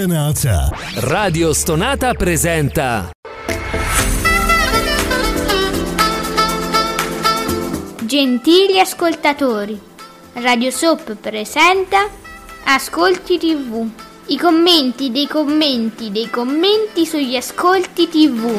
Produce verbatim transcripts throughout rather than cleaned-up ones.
Stonata. Radio Stonata presenta Gentili ascoltatori, Radio Soap presenta Ascolti tivù. I commenti dei commenti dei commenti sugli ascolti tivù.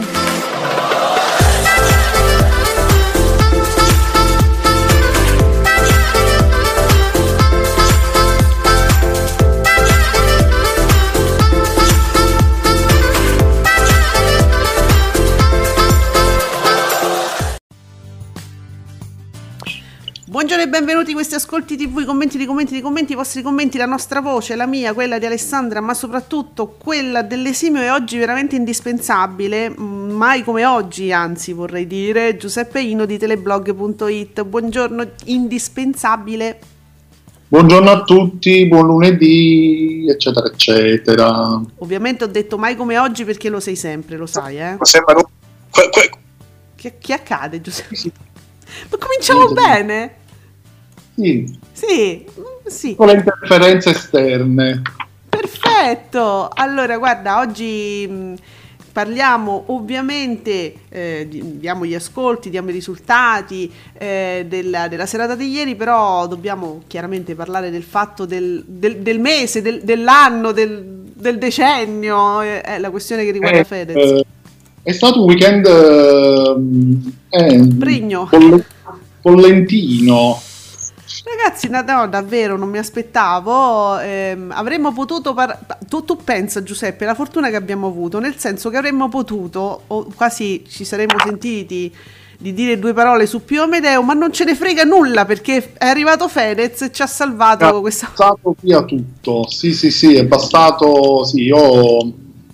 Buongiorno e benvenuti in questi ascolti tivù, i commenti di commenti di commenti, i vostri commenti, la nostra voce, la mia, quella di Alessandra, ma soprattutto quella dell'esimio e oggi veramente indispensabile, mai come oggi, anzi vorrei dire, Giuseppe Ino di teleblog punto it. Buongiorno, indispensabile. Buongiorno a tutti, buon lunedì, eccetera, eccetera. Ovviamente ho detto mai come oggi perché lo sei sempre, lo sai, eh? Ma sembra... que- que- Che, che accade, Giuseppe? Ma cominciamo sì, bene? Sì. Sì, sì. Con le interferenze esterne. Perfetto. Allora, guarda, oggi mh, parliamo ovviamente, eh, diamo gli ascolti, diamo i risultati eh, della, della serata di ieri, però dobbiamo chiaramente parlare del fatto del, del, del mese, del, dell'anno, del, del decennio, è, è la questione che riguarda eh, Fedez. Eh, è stato un weekend eh, Prigno. Poll- pollentino. Ragazzi, no, no, davvero non mi aspettavo. ehm, avremmo potuto par- tu, tu pensa, Giuseppe, la fortuna che abbiamo avuto, nel senso che avremmo potuto, o quasi ci saremmo sentiti di dire due parole su Pio Amedeo, ma non ce ne frega nulla perché è arrivato Fedez e ci ha salvato È questa... passato via tutto. Sì, sì, sì, è bastato. Sì, io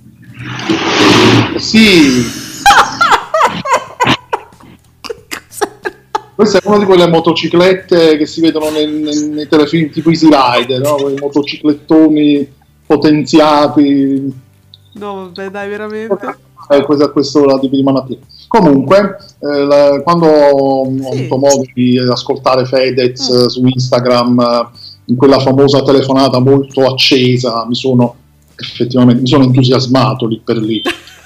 sì. Questa è una di quelle motociclette che si vedono nei, nei, nei telefilm tipo Easy Rider, no? Quei motociclettoni potenziati. No, vabbè, dai, veramente. Eh, questa, questo la tipi di malattia. Comunque, eh, la, quando ho Sì. avuto modo di ascoltare Fedez mm. su Instagram, in quella famosa telefonata molto accesa, mi sono effettivamente mi sono entusiasmato lì per lì.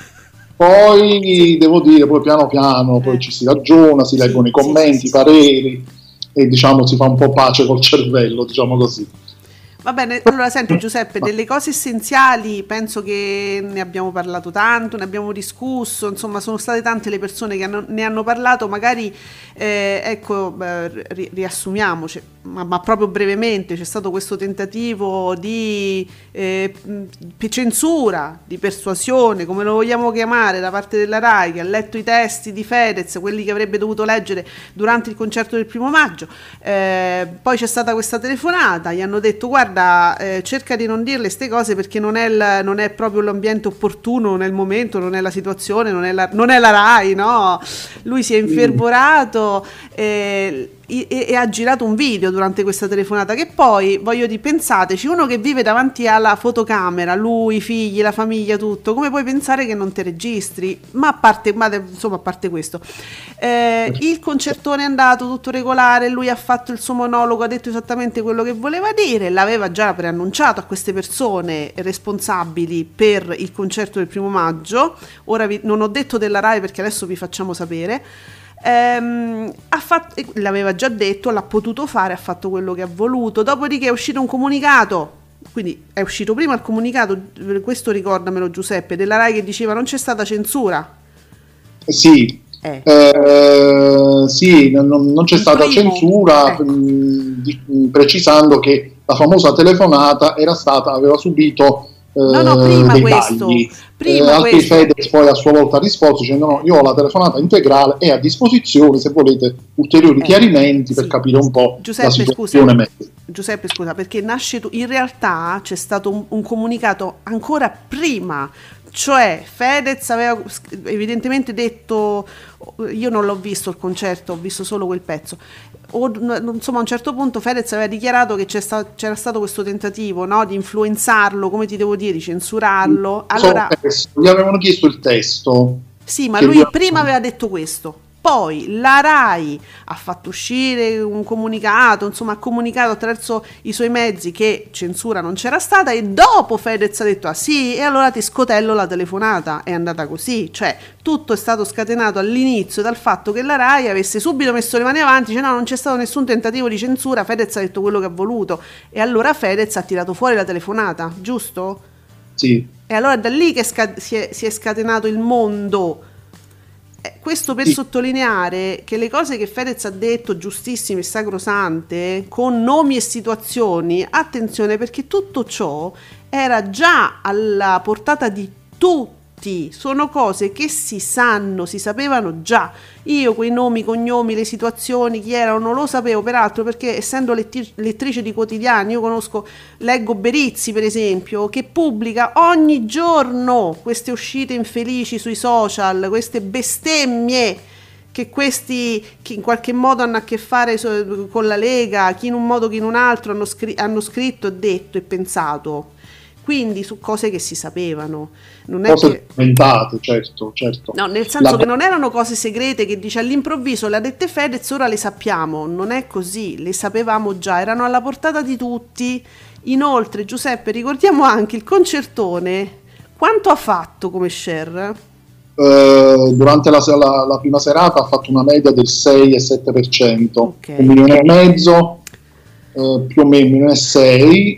Poi devo dire, poi piano piano poi Eh. ci si ragiona, si Sì, leggono i sì, commenti, sì, i pareri e diciamo si fa un po' pace col cervello, diciamo così. Va bene, allora senti Giuseppe, delle cose essenziali penso che ne abbiamo parlato tanto, ne abbiamo discusso, insomma sono state tante le persone che hanno, ne hanno parlato, magari eh, ecco, eh, ri- riassumiamoci, ma, ma proprio brevemente. C'è stato questo tentativo di eh, p- censura, di persuasione, come lo vogliamo chiamare, da parte della RAI, che ha letto i testi di Fedez, quelli che avrebbe dovuto leggere durante il concerto del primo maggio. Eh, poi c'è stata questa telefonata, gli hanno detto guarda, eh, cerca di non dirle queste cose perché non è, il, non è proprio l'ambiente opportuno, non è il momento, non è la situazione, non è la, non è la RAI, no? Lui si è infervorato eh, e, e ha girato un video durante questa telefonata che poi, voglio dire, pensateci, uno che vive davanti alla fotocamera, lui, i figli, la famiglia, tutto, come puoi pensare che non te registri? Ma a parte, ma insomma, a parte questo, eh, il concertone è andato tutto regolare, lui ha fatto il suo monologo, ha detto esattamente quello che voleva dire, l'aveva già preannunciato a queste persone responsabili per il concerto del primo maggio. Ora vi, non ho detto della RAI perché adesso vi facciamo sapere. Ehm, ha fatto, l'aveva già detto, l'ha potuto fare, ha fatto quello che ha voluto. Dopodiché è uscito un comunicato, quindi è uscito prima il comunicato, questo ricordamelo Giuseppe, della RAI che diceva non c'è stata censura. Sì, Eh. Eh, sì, non, non c'è Il stata primo, censura, ecco. mh, di- mh, precisando che la famosa telefonata era stata, aveva subito eh, No, no, prima dei questo, tagli. prima Eh, altri questo. Fedez poi a sua volta ha risposto dicendo no, io ho la telefonata integrale e a disposizione se volete ulteriori Eh, chiarimenti per sì. capire un po' Giuseppe, la situazione scusa. meglio. Giuseppe, scusa, perché nasce tu- in realtà c'è stato un, un comunicato ancora prima, cioè Fedez aveva evidentemente detto, io non l'ho visto il concerto, ho visto solo quel pezzo, o, insomma a un certo punto Fedez aveva dichiarato che c'è sta, c'era stato questo tentativo, no, di influenzarlo, come ti devo dire, di censurarlo. Allora, So, gli avevano chiesto il testo. sì, ma che lui lui- prima aveva detto questo. Poi la Rai ha fatto uscire un comunicato, insomma ha comunicato attraverso i suoi mezzi che censura non c'era stata, e dopo Fedez ha detto ah sì, e allora ti scotello la telefonata. È andata così, cioè tutto è stato scatenato all'inizio dal fatto che la Rai avesse subito messo le mani avanti, dice no, non c'è stato nessun tentativo di censura, Fedez ha detto quello che ha voluto, e allora Fedez ha tirato fuori la telefonata, giusto? Sì. E allora è da lì che sca- si, è, si è scatenato il mondo. Eh, questo per sì. sottolineare che le cose che Fedez ha detto, giustissime e sacrosante, con nomi e situazioni, attenzione, perché tutto ciò era già alla portata di tutti, sono cose che si sanno, si sapevano già. Io quei nomi, cognomi, le situazioni, chi erano, non lo sapevo, peraltro perché essendo letti- lettrice di quotidiani, io conosco, leggo Berizzi per esempio, che pubblica ogni giorno queste uscite infelici sui social, queste bestemmie che questi che in qualche modo hanno a che fare so- con la Lega, chi in un modo chi in un altro hanno, scri- hanno scritto, detto e pensato. Quindi su cose che si sapevano, non è cose che... inventate, certo, certo. No, nel senso La... che non erano cose segrete che dice all'improvviso le ha dette Fedez, ora le sappiamo. Non è così, le sapevamo già, erano alla portata di tutti. Inoltre, Giuseppe, ricordiamo anche il concertone. Quanto ha fatto come share? Uh, durante la, la, la prima serata ha fatto una media del sei virgola sette per cento, Okay. un milione e mezzo, uh, più o meno un milione e sei,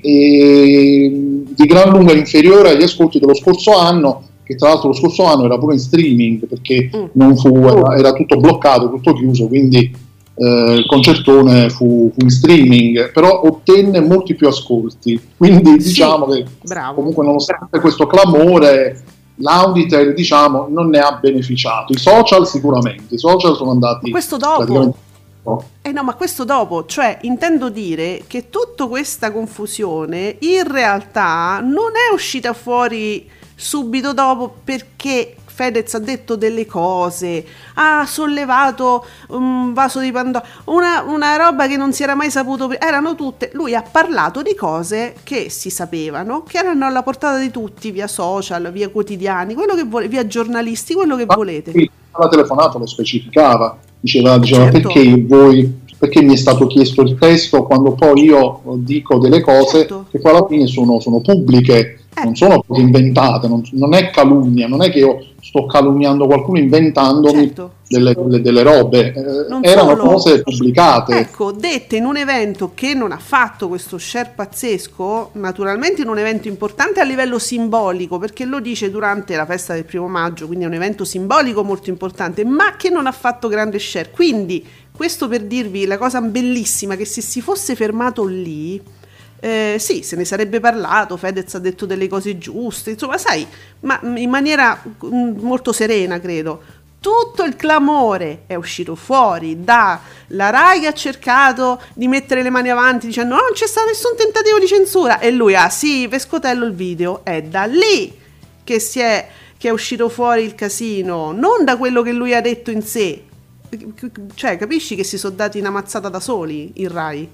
e di gran lunga inferiore agli ascolti dello scorso anno, che tra l'altro lo scorso anno era pure in streaming, perché Mm. non fu, era, era tutto bloccato, tutto chiuso, quindi uh, il concertone fu, fu in streaming, però ottenne molti più ascolti, quindi Sì, diciamo che bravo. comunque nonostante questo clamore l'Auditel, diciamo, non ne ha beneficiato. I social sicuramente, i social sono andati Questo dopo. praticamente no. Eh no, ma questo dopo, cioè intendo dire che tutta questa confusione in realtà non è uscita fuori subito dopo perché Fedez ha detto delle cose, ha sollevato un vaso di Pandora, una, una roba che non si era mai saputo, erano tutte, lui ha parlato di cose che si sapevano, che erano alla portata di tutti, via social, via quotidiani, quello che volete, via giornalisti, quello che Ma volete. sì, la telefonata lo specificava, diceva, diceva Certo. perché voi, perché mi è stato chiesto il testo quando poi io dico delle cose Certo. che poi alla fine sono, sono pubbliche, Eh. non sono cose inventate, non, non è calunnia, non è che io sto calunniando qualcuno inventandomi Certo. delle, delle, delle robe, eh, Non erano solo. cose pubblicate. Ecco, dette in un evento che non ha fatto questo share pazzesco, naturalmente in un evento importante a livello simbolico, perché lo dice durante la festa del primo maggio, quindi è un evento simbolico molto importante, ma che non ha fatto grande share. Quindi questo per dirvi la cosa bellissima, che se si fosse fermato lì, eh, sì, se ne sarebbe parlato, Fedez ha detto delle cose giuste, insomma, sai, ma in maniera mm, molto serena, credo. Tutto il clamore è uscito fuori da la Rai che ha cercato di mettere le mani avanti dicendo no, non c'è stato nessun tentativo di censura, e lui ah sì, Pescotello il video. È da lì che si è che è uscito fuori il casino, non da quello che lui ha detto in sé. Cioè, capisci che si sono dati una mazzata da soli il Rai?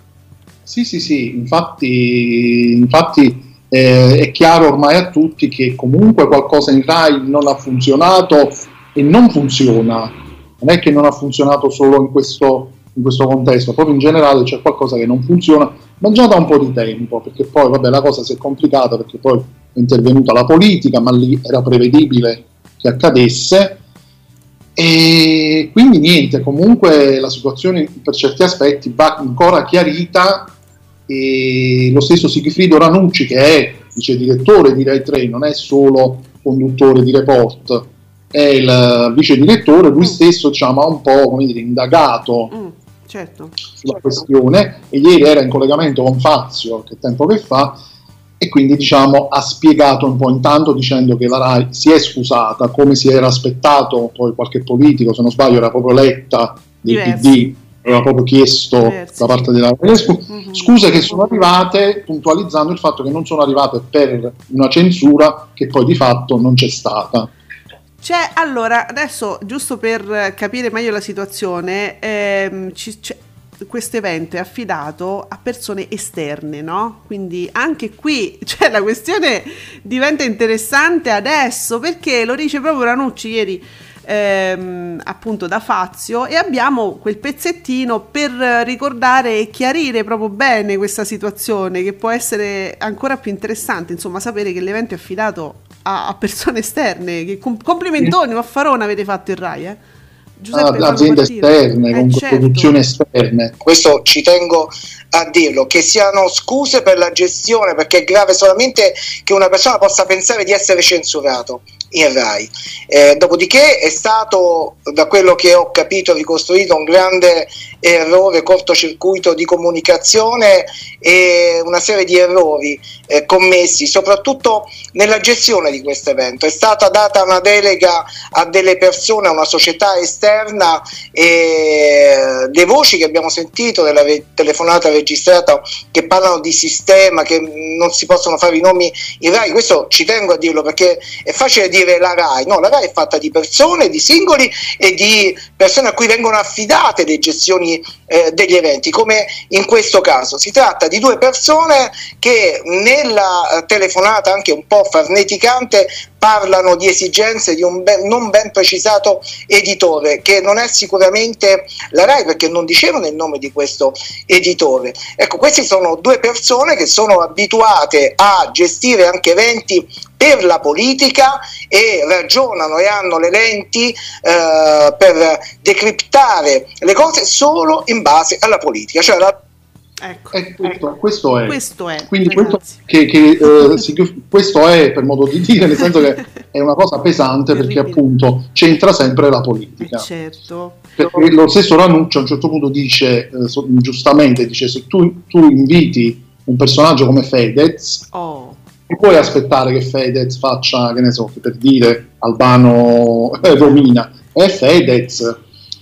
Sì, sì, sì, infatti, infatti eh, è chiaro ormai a tutti che comunque qualcosa in Rai non ha funzionato e non funziona, non è che non ha funzionato solo in questo, in questo contesto, proprio in generale c'è qualcosa che non funziona, ma già da un po' di tempo, perché poi vabbè la cosa si è complicata perché poi è intervenuta la politica, ma lì era prevedibile che accadesse. E quindi niente, comunque la situazione per certi aspetti va ancora chiarita, e lo stesso Sigfrido Ranucci, che è vice direttore di Rai tre, non è solo conduttore di Report, è il vice direttore, lui stesso diciamo ha un po' come dire indagato Mm, certo. sulla questione, e ieri era in collegamento con Fazio, che tempo che fa, e quindi diciamo ha spiegato un po', intanto dicendo che la Rai si è scusata come si era aspettato, poi qualche politico, se non sbaglio era proprio Letta del Diversi. P D, aveva proprio chiesto Diversi. da parte della Rai scu- Mhm. scuse che sono arrivate, puntualizzando il fatto che non sono arrivate per una censura che poi di fatto non c'è stata. Cioè, allora, adesso, giusto per capire meglio la situazione, ehm, ci, c'è- questo evento è affidato a persone esterne, no? Quindi anche qui, cioè, la questione diventa interessante adesso, perché lo dice proprio Ranucci ieri, ehm, appunto da Fazio, e abbiamo quel pezzettino per ricordare e chiarire proprio bene questa situazione, che può essere ancora più interessante, insomma, sapere che l'evento è affidato a, a persone esterne. Che com- complimentoni, ma Farone avete fatto il Rai, eh? Giuseppe, aziende esterne, eh, con certo. produzioni esterne. Questo ci tengo a dirlo, che siano scuse per la gestione, perché è grave solamente che una persona possa pensare di essere censurato in Rai. Eh, dopodiché è stato, da quello che ho capito, ricostruito un grande errore, cortocircuito di comunicazione e una serie di errori eh, commessi soprattutto nella gestione di questo evento. È stata data una delega a delle persone, a una società esterna, e le voci che abbiamo sentito della re- telefonata registrata che parlano di sistema, che non si possono fare i nomi in Rai, questo ci tengo a dirlo, perché è facile dire la Rai, no, la Rai è fatta di persone, di singoli e di persone a cui vengono affidate le gestioni eh, degli eventi, come in questo caso. Si tratta di due persone che nella telefonata, anche un po' farneticante, parlano di esigenze di un ben, non ben precisato editore, che non è sicuramente la Rai, perché non dicevano il nome di questo editore. Ecco, queste sono due persone che sono abituate a gestire anche eventi per la politica e ragionano e hanno le lenti eh, per decriptare le cose solo in base alla politica, cioè la Ecco, eh, questo, ecco. questo è, questo è quindi questo, che, che, eh, si, questo è, per modo di dire, nel senso che è una cosa pesante, perché appunto c'entra sempre la politica. Certo. Perché lo stesso Ranucci a un certo punto dice, eh, giustamente, dice: se tu, tu inviti un personaggio come Fedez, oh. non puoi aspettare che Fedez faccia, che ne so, per dire Albano eh, Romina, è Fedez.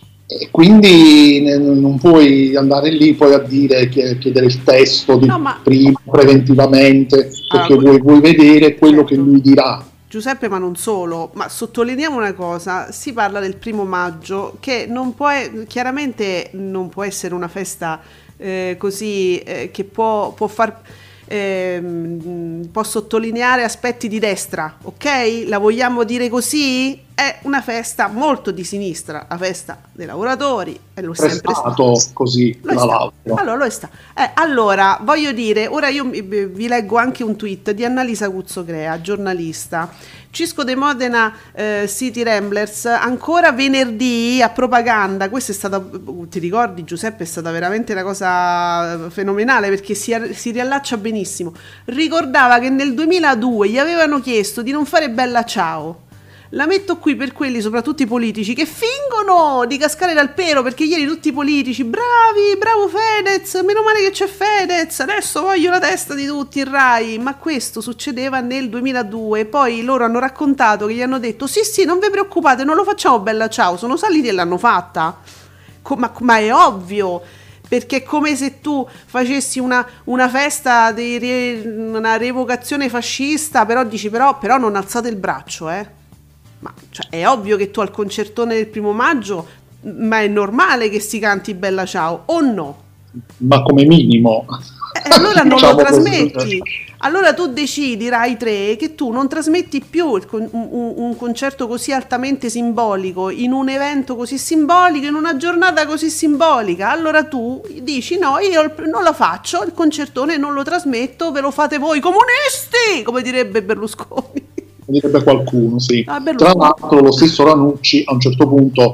E quindi non puoi andare lì poi a dire, chiedere il testo di no, ma... prima preventivamente, perché allora, vuoi, vuoi vedere quello certo. che lui dirà. Giuseppe, ma non solo, ma sottolineiamo una cosa: si parla del primo maggio, che non può, chiaramente non può essere una festa eh, così eh, che può, può far eh, può sottolineare aspetti di destra, ok? La vogliamo dire così? È una festa molto di sinistra, la festa dei lavoratori, e lo è sempre stato così, lo tra l'altro. Allora, lo è sta. Eh, allora, voglio dire, ora io vi leggo anche un tweet di Annalisa Cuzzocrea, giornalista. Cisco de Modena eh, City Ramblers, ancora venerdì a propaganda. Questa è stata, ti ricordi Giuseppe, è stata veramente una cosa fenomenale, perché si, si riallaccia benissimo. Ricordava che nel duemiladue gli avevano chiesto di non fare Bella Ciao. La metto qui per quelli, soprattutto i politici, che fingono di cascare dal pero, perché ieri tutti i politici, bravi, bravo Fedez, meno male che c'è Fedez, adesso voglio la testa di tutti in Rai. Ma questo succedeva nel duemiladue, poi loro hanno raccontato che gli hanno detto sì sì, non vi preoccupate, non lo facciamo Bella Ciao, sono saliti e l'hanno fatta. Ma, ma è ovvio, perché è come se tu facessi una, una festa di re, una revocazione fascista, però dici però, però non alzate il braccio, eh. Ma cioè, è ovvio che tu al concertone del primo maggio, ma è normale che si canti Bella Ciao, o no? Ma come minimo. Eh, allora non diciamo lo trasmetti. Così. Allora tu decidi, Rai tre, che tu non trasmetti più il, un, un, un concerto così altamente simbolico, in un evento così simbolico, in una giornata così simbolica. Allora tu dici no, io non la faccio, il concertone non lo trasmetto, ve lo fate voi comunisti, come direbbe Berlusconi. Direbbe qualcuno, sì. Ah, tra l'altro lo stesso Ranucci a un certo punto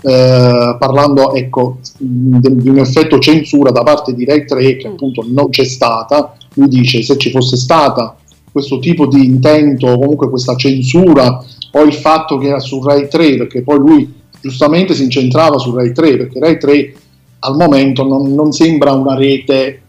eh, parlando ecco di, di un effetto censura da parte di Rai tre, che appunto non c'è stata, lui dice: se ci fosse stata questo tipo di intento, comunque questa censura, o il fatto che era su Rai tre, perché poi lui giustamente si incentrava su Rai tre, perché Rai tre al momento non, non sembra una rete,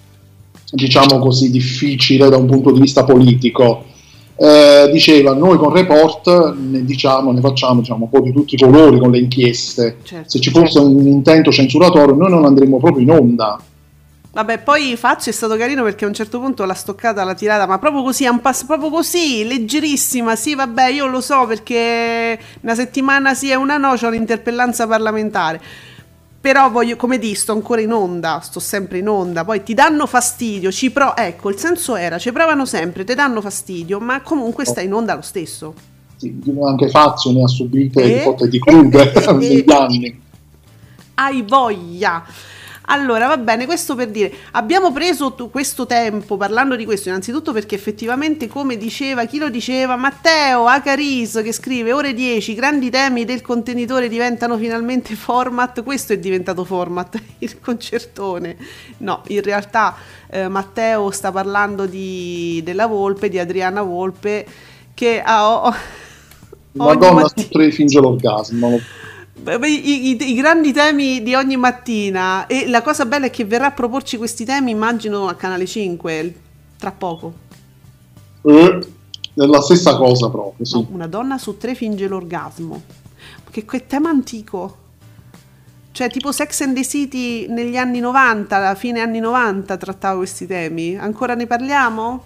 diciamo così, difficile da un punto di vista politico. Eh, diceva: noi con Report ne diciamo, ne facciamo diciamo, un po' di tutti i colori con le inchieste, certo, se ci fosse certo. un intento censuratorio noi non andremmo proprio in onda. Vabbè, poi Fazio è stato carino, perché a un certo punto l'ha stoccata, l'ha tirata, ma proprio così, un pass- proprio così, leggerissima. Sì, vabbè, io lo so, perché una settimana sì e una no c'ho l'interpellanza parlamentare. Però voglio, come di, sto ancora in onda, sto sempre in onda, poi ti danno fastidio, ci pro- ecco, il senso era, ci provano sempre, ti danno fastidio, ma comunque stai in onda lo stesso. sì, anche Fazio ne ha subite Eh? di cotte di crude negli anni. Hai voglia. Allora, va bene, questo per dire, abbiamo preso t- questo tempo parlando di questo, innanzitutto perché effettivamente, come diceva, chi lo diceva? Matteo Acaris, che scrive, ore dieci, grandi temi del contenitore diventano finalmente format, questo è diventato format, il concertone. No, in realtà eh, Matteo sta parlando di, della Volpe, di Adriana Volpe, che ha... Oh, Madonna, matt- su tre finge l'orgasmo. I, i, i grandi temi di ogni mattina, e la cosa bella è che verrà a proporci questi temi, immagino, a Canale cinque tra poco. Eh, è la stessa cosa proprio, sì. No, una donna su tre finge l'orgasmo, che quel tema antico, cioè tipo Sex and the City negli anni novanta, alla fine anni novanta trattava questi temi. Ancora ne parliamo?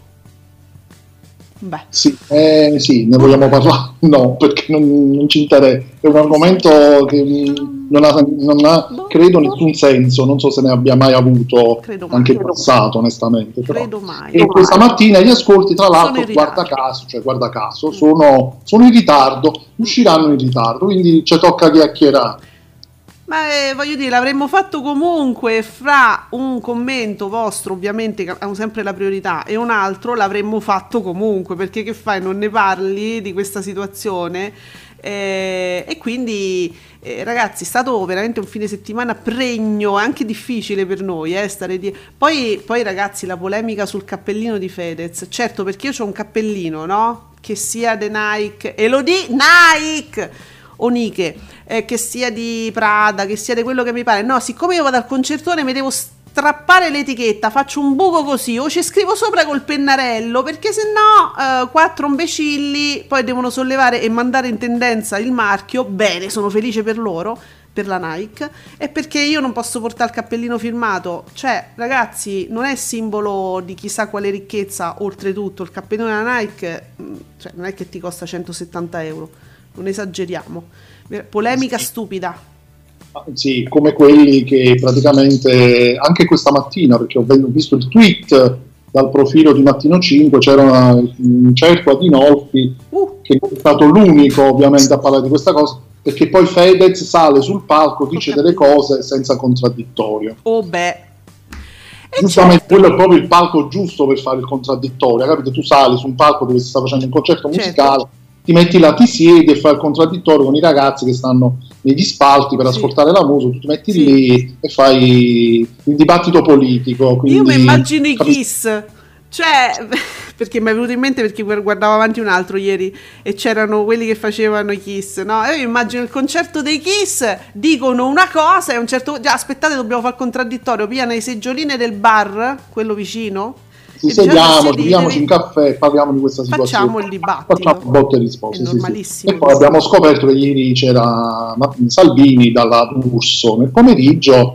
Beh. Sì, eh, sì, ne vogliamo parlare? No, perché non, non ci interessa. È un argomento che non ha, non ha, credo, nessun senso. Non so se ne abbia mai avuto anche in passato, onestamente. Però. Credo mai. E questa mattina gli ascolti, tra l'altro, guarda caso, cioè guarda caso, sono, sono in ritardo, usciranno in ritardo, quindi ci tocca chiacchierare. Ma eh, voglio dire, l'avremmo fatto comunque, fra un commento vostro, ovviamente, che abbiamo sempre la priorità, e un altro l'avremmo fatto comunque, perché che fai, non ne parli di questa situazione? Eh, e quindi eh, ragazzi, è stato veramente un fine settimana pregno, anche difficile per noi, eh, stare di... poi, poi ragazzi, la polemica sul cappellino di Fedez, certo, perché io c'ho un cappellino, no? Che sia de Nike, e lo di Nike o Nike, eh, che sia di Prada, che sia di quello che mi pare. No, siccome io vado al concertone mi devo strappare l'etichetta, faccio un buco così, o ci scrivo sopra col pennarello, perché se no eh, quattro imbecilli poi devono sollevare e mandare in tendenza il marchio. Bene, sono felice per loro, per la Nike, e perché io non posso portare il cappellino firmato. Cioè, ragazzi, non è simbolo di chissà quale ricchezza. Oltretutto il cappellino della Nike, cioè, non è che ti costa centosettanta euro, non esageriamo. Polemica sì. Stupida. Sì, come quelli che praticamente anche questa mattina, perché ho visto il tweet dal profilo di Mattino cinque, c'era una, un certo Adinolfi uh. che è stato l'unico ovviamente a parlare di questa cosa, perché poi Fedez sale sul palco, dice delle cose senza contraddittorio. Oh beh. Giustamente, certo. Quello è proprio il palco giusto per fare il contraddittorio, capito? Tu sali su un palco dove si sta facendo un concerto musicale, certo. Ti metti là, ti siedi e fai il contraddittorio con i ragazzi che stanno negli spalti per sì. ascoltare la musica, tu ti metti sì. lì e fai il dibattito politico. Quindi... Io mi immagino i Kiss, cioè, perché mi è venuto in mente perché guardavo avanti un altro ieri e c'erano quelli che facevano i Kiss, no? E io mi immagino il concerto dei Kiss, dicono una cosa e a un certo punto, già aspettate, dobbiamo fare il contraddittorio, piano le seggioline del bar, quello vicino, ci sediamo, beviamoci un caffè e parliamo di questa situazione. Facciamo il dibattito. Facciamo botte e risposte. È sì, normalissimo. Sì. E poi abbiamo scoperto che ieri c'era Salvini dalla D'Urso nel pomeriggio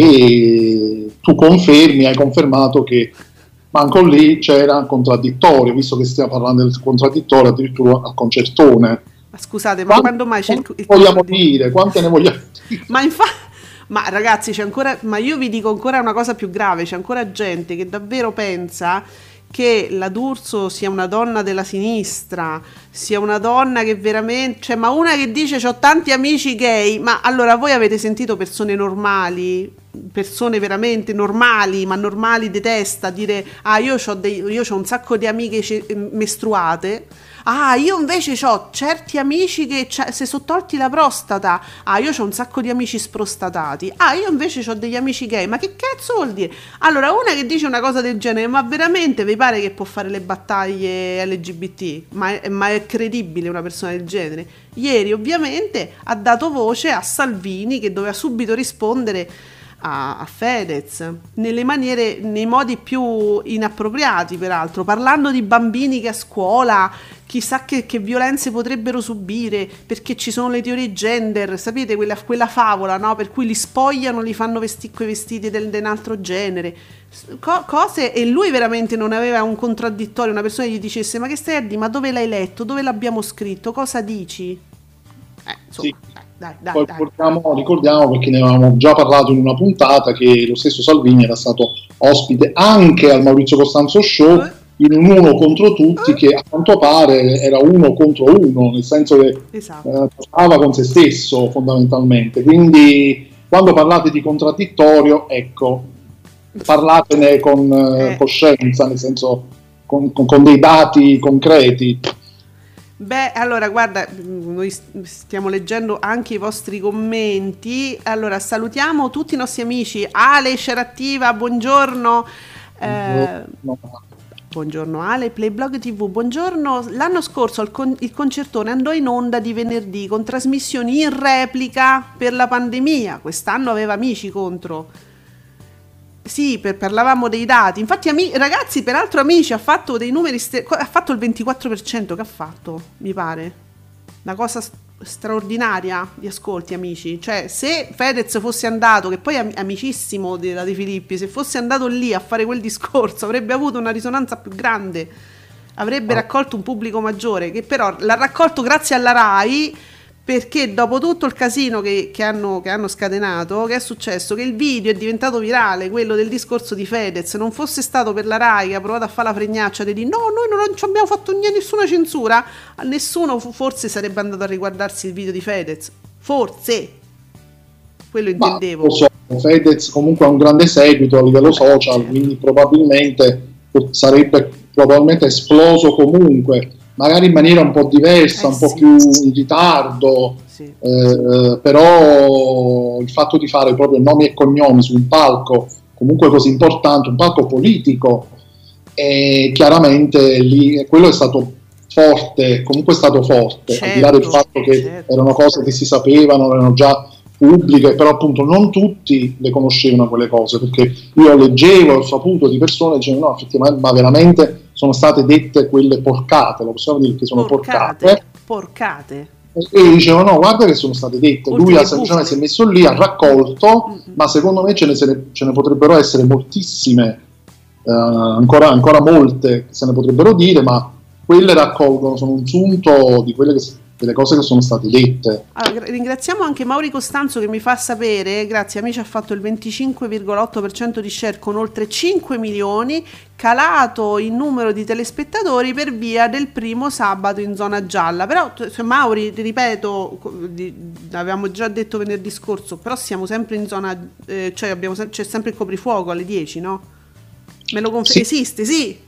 e tu confermi, hai confermato che manco lì c'era contraddittorio, visto che stiamo parlando del contraddittorio addirittura al concertone. Ma scusate, ma quando mai c'è il, il vogliamo dire? Quante ne vogliamo dire? Ma infatti... Ma ragazzi, c'è ancora, ma io vi dico ancora una cosa più grave, c'è ancora gente che davvero pensa che la D'Urso sia una donna della sinistra, sia una donna che veramente, cioè, ma una che dice c'ho tanti amici gay, ma allora voi avete sentito persone normali, persone veramente normali, ma normali di testa, dire ah io c'ho, dei, io c'ho un sacco di amiche ce- mestruate, ah io invece c'ho certi amici che si sono tolti la prostata, ah io c'ho un sacco di amici sprostatati, ah io invece c'ho degli amici gay, ma che cazzo vuol dire? Allora una che dice una cosa del genere, ma veramente vi pare che può fare le battaglie L G B T? Ma è, ma è credibile una persona del genere? Ieri ovviamente ha dato voce a Salvini che doveva subito rispondere a, a Fedez nelle maniere, nei modi più inappropriati, peraltro parlando di bambini che a scuola chissà che, che violenze potrebbero subire perché ci sono le teorie gender, sapete quella, quella favola, no? Per cui li spogliano, li fanno vestire quei vestiti del, del altro genere, Co- cose, e lui veramente non aveva un contraddittorio, una persona che gli dicesse ma che stai a dire, ma dove l'hai letto, dove l'abbiamo scritto, cosa dici? Eh, insomma, sì. Dai, dai, Poi dai. ricordiamo, ricordiamo perché ne avevamo già parlato in una puntata che lo stesso Salvini era stato ospite anche al Maurizio Costanzo Show in un uno contro tutti che a quanto pare era uno contro uno, nel senso che Esatto. eh, parlava con se stesso fondamentalmente. Quindi quando parlate di contraddittorio, ecco, parlatene con eh, Eh. coscienza, nel senso con, con- con dei dati concreti. Beh, allora guarda, mh, noi s- stiamo leggendo anche i vostri commenti. Allora, salutiamo tutti i nostri amici. Ale Scerattiva, buongiorno. Eh, No, buongiorno Ale, Playblog T V, buongiorno. L'anno scorso il, con- il concertone andò in onda di venerdì con trasmissioni in replica per la pandemia. Quest'anno aveva amici contro. Sì, per- parlavamo dei dati. Infatti, ami- ragazzi, peraltro Amici ha fatto dei numeri, ste- ha fatto il ventiquattro per cento che ha fatto, mi pare. Una cosa s- straordinaria di ascolti, Amici. Cioè, se Fedez fosse andato, che poi è am- amicissimo della De Filippi, se fosse andato lì a fare quel discorso, avrebbe avuto una risonanza più grande, avrebbe raccolto un pubblico maggiore, che però l'ha raccolto grazie alla Rai, perché dopo tutto il casino che, che hanno, che hanno scatenato, che è successo? Che il video è diventato virale, quello del discorso di Fedez. Non fosse stato per la Rai che ha provato a fare la fregnaccia di dire no, noi non ci abbiamo fatto niente, nessuna censura, a nessuno fu- forse sarebbe andato a riguardarsi il video di Fedez. Forse. Quello ma intendevo. lo so, Fedez comunque ha un grande seguito a livello social, quindi probabilmente sarebbe probabilmente esploso comunque, magari in maniera un po' diversa, Eh un po' sì. più in ritardo, Sì. eh, però il fatto di fare proprio nomi e cognomi su un palco comunque così importante, un palco politico, e chiaramente lì quello è stato forte, comunque è stato forte, al di là del Certo, fatto che certo. erano cose che si sapevano, erano già pubbliche, però appunto non tutti le conoscevano quelle cose, perché io leggevo, ho saputo di persone che dicevano no, effettivamente, ma veramente sono state dette quelle porcate, lo possiamo dire che sono porcate, Porcate. Porcate. e io dicevo no, guarda che sono state dette. Ultime Lui ha bufale. semplicemente si è messo lì, ha raccolto, Mm-mm. ma secondo me ce ne, se ne, ce ne potrebbero essere moltissime, eh, ancora, ancora molte se ne potrebbero dire, ma quelle raccolgono, sono un sunto di quelle che, delle cose che sono state dette. Allora, gra- ringraziamo anche Mauri Costanzo che mi fa sapere, grazie Amici, ha fatto il venticinque virgola otto per cento di share con oltre cinque milioni, calato in numero di telespettatori per via del primo sabato in zona gialla. Però t- se Mauri, ti ripeto, co- di- l'avevamo già detto venerdì scorso, però siamo sempre in zona, eh, cioè abbiamo se- c'è sempre il coprifuoco alle dieci, no? Me lo confermi? Sì. Esiste, sì.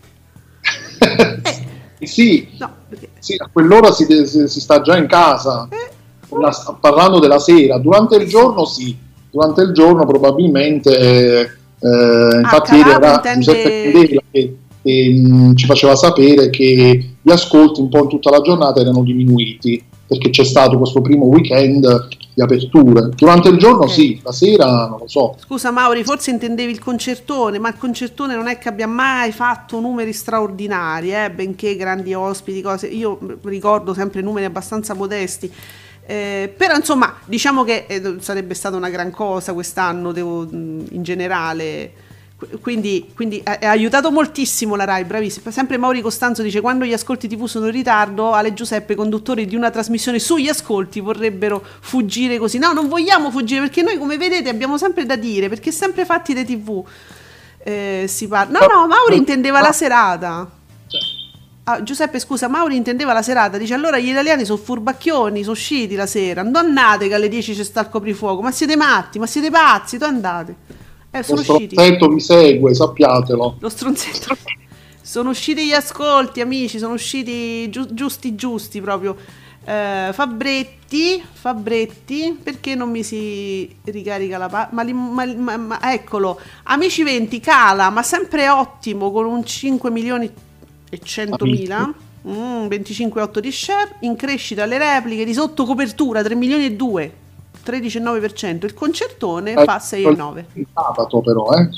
Eh, Sì, no, perché... sì, a quell'ora si, si- si sta già in casa. eh, La- sta parlando della sera, durante il giorno sì, durante il giorno probabilmente, eh, infatti ieri calato era intende- Giuseppe Candela che, che, mh, ci faceva sapere che gli ascolti un po' in tutta la giornata erano diminuiti, perché c'è stato questo primo weekend di aperture. Durante il giorno Ok. sì, la sera non lo so. Scusa Mauri, forse intendevi il concertone, ma il concertone non è che abbia mai fatto numeri straordinari, eh, benché grandi ospiti, cose. Io ricordo sempre numeri abbastanza modesti. Eh, però insomma, diciamo che eh, sarebbe stata una gran cosa quest'anno, devo, mh, in generale. Qu- Quindi, quindi ha, ha aiutato moltissimo la Rai, bravissima. Sempre Mauri Costanzo dice: quando gli ascolti tivù sono in ritardo, Ale Giuseppe, conduttori di una trasmissione sugli ascolti, vorrebbero fuggire così. No, non vogliamo fuggire, perché noi, come vedete, abbiamo sempre da dire, perché sempre fatti dei tivù eh, si parla. No, no, Mauri intendeva la serata. Ah, Giuseppe, scusa, Mauri intendeva la serata. Dice: allora gli italiani sono furbacchioni, sono usciti la sera. Non andate che alle dieci c'è sta il coprifuoco. Ma siete matti, ma siete pazzi, tu andate. Eh, Lo sono usciti. stronzetto vi segue, sappiatelo. Lo stronzetto. Sono usciti gli ascolti, amici, sono usciti giu- giusti giusti proprio. Eh, Fabretti, Fabretti, perché non mi si ricarica la pa- ma, li- ma- ma- ma- eccolo, Amici venti cala, ma sempre ottimo, con un cinque milioni e centomila, mm, venticinque virgola otto di share, in crescita le repliche, di sotto copertura tre milioni e due, tredici virgola nove per cento, il concertone fa sei virgola nove. Il sabato però, eh.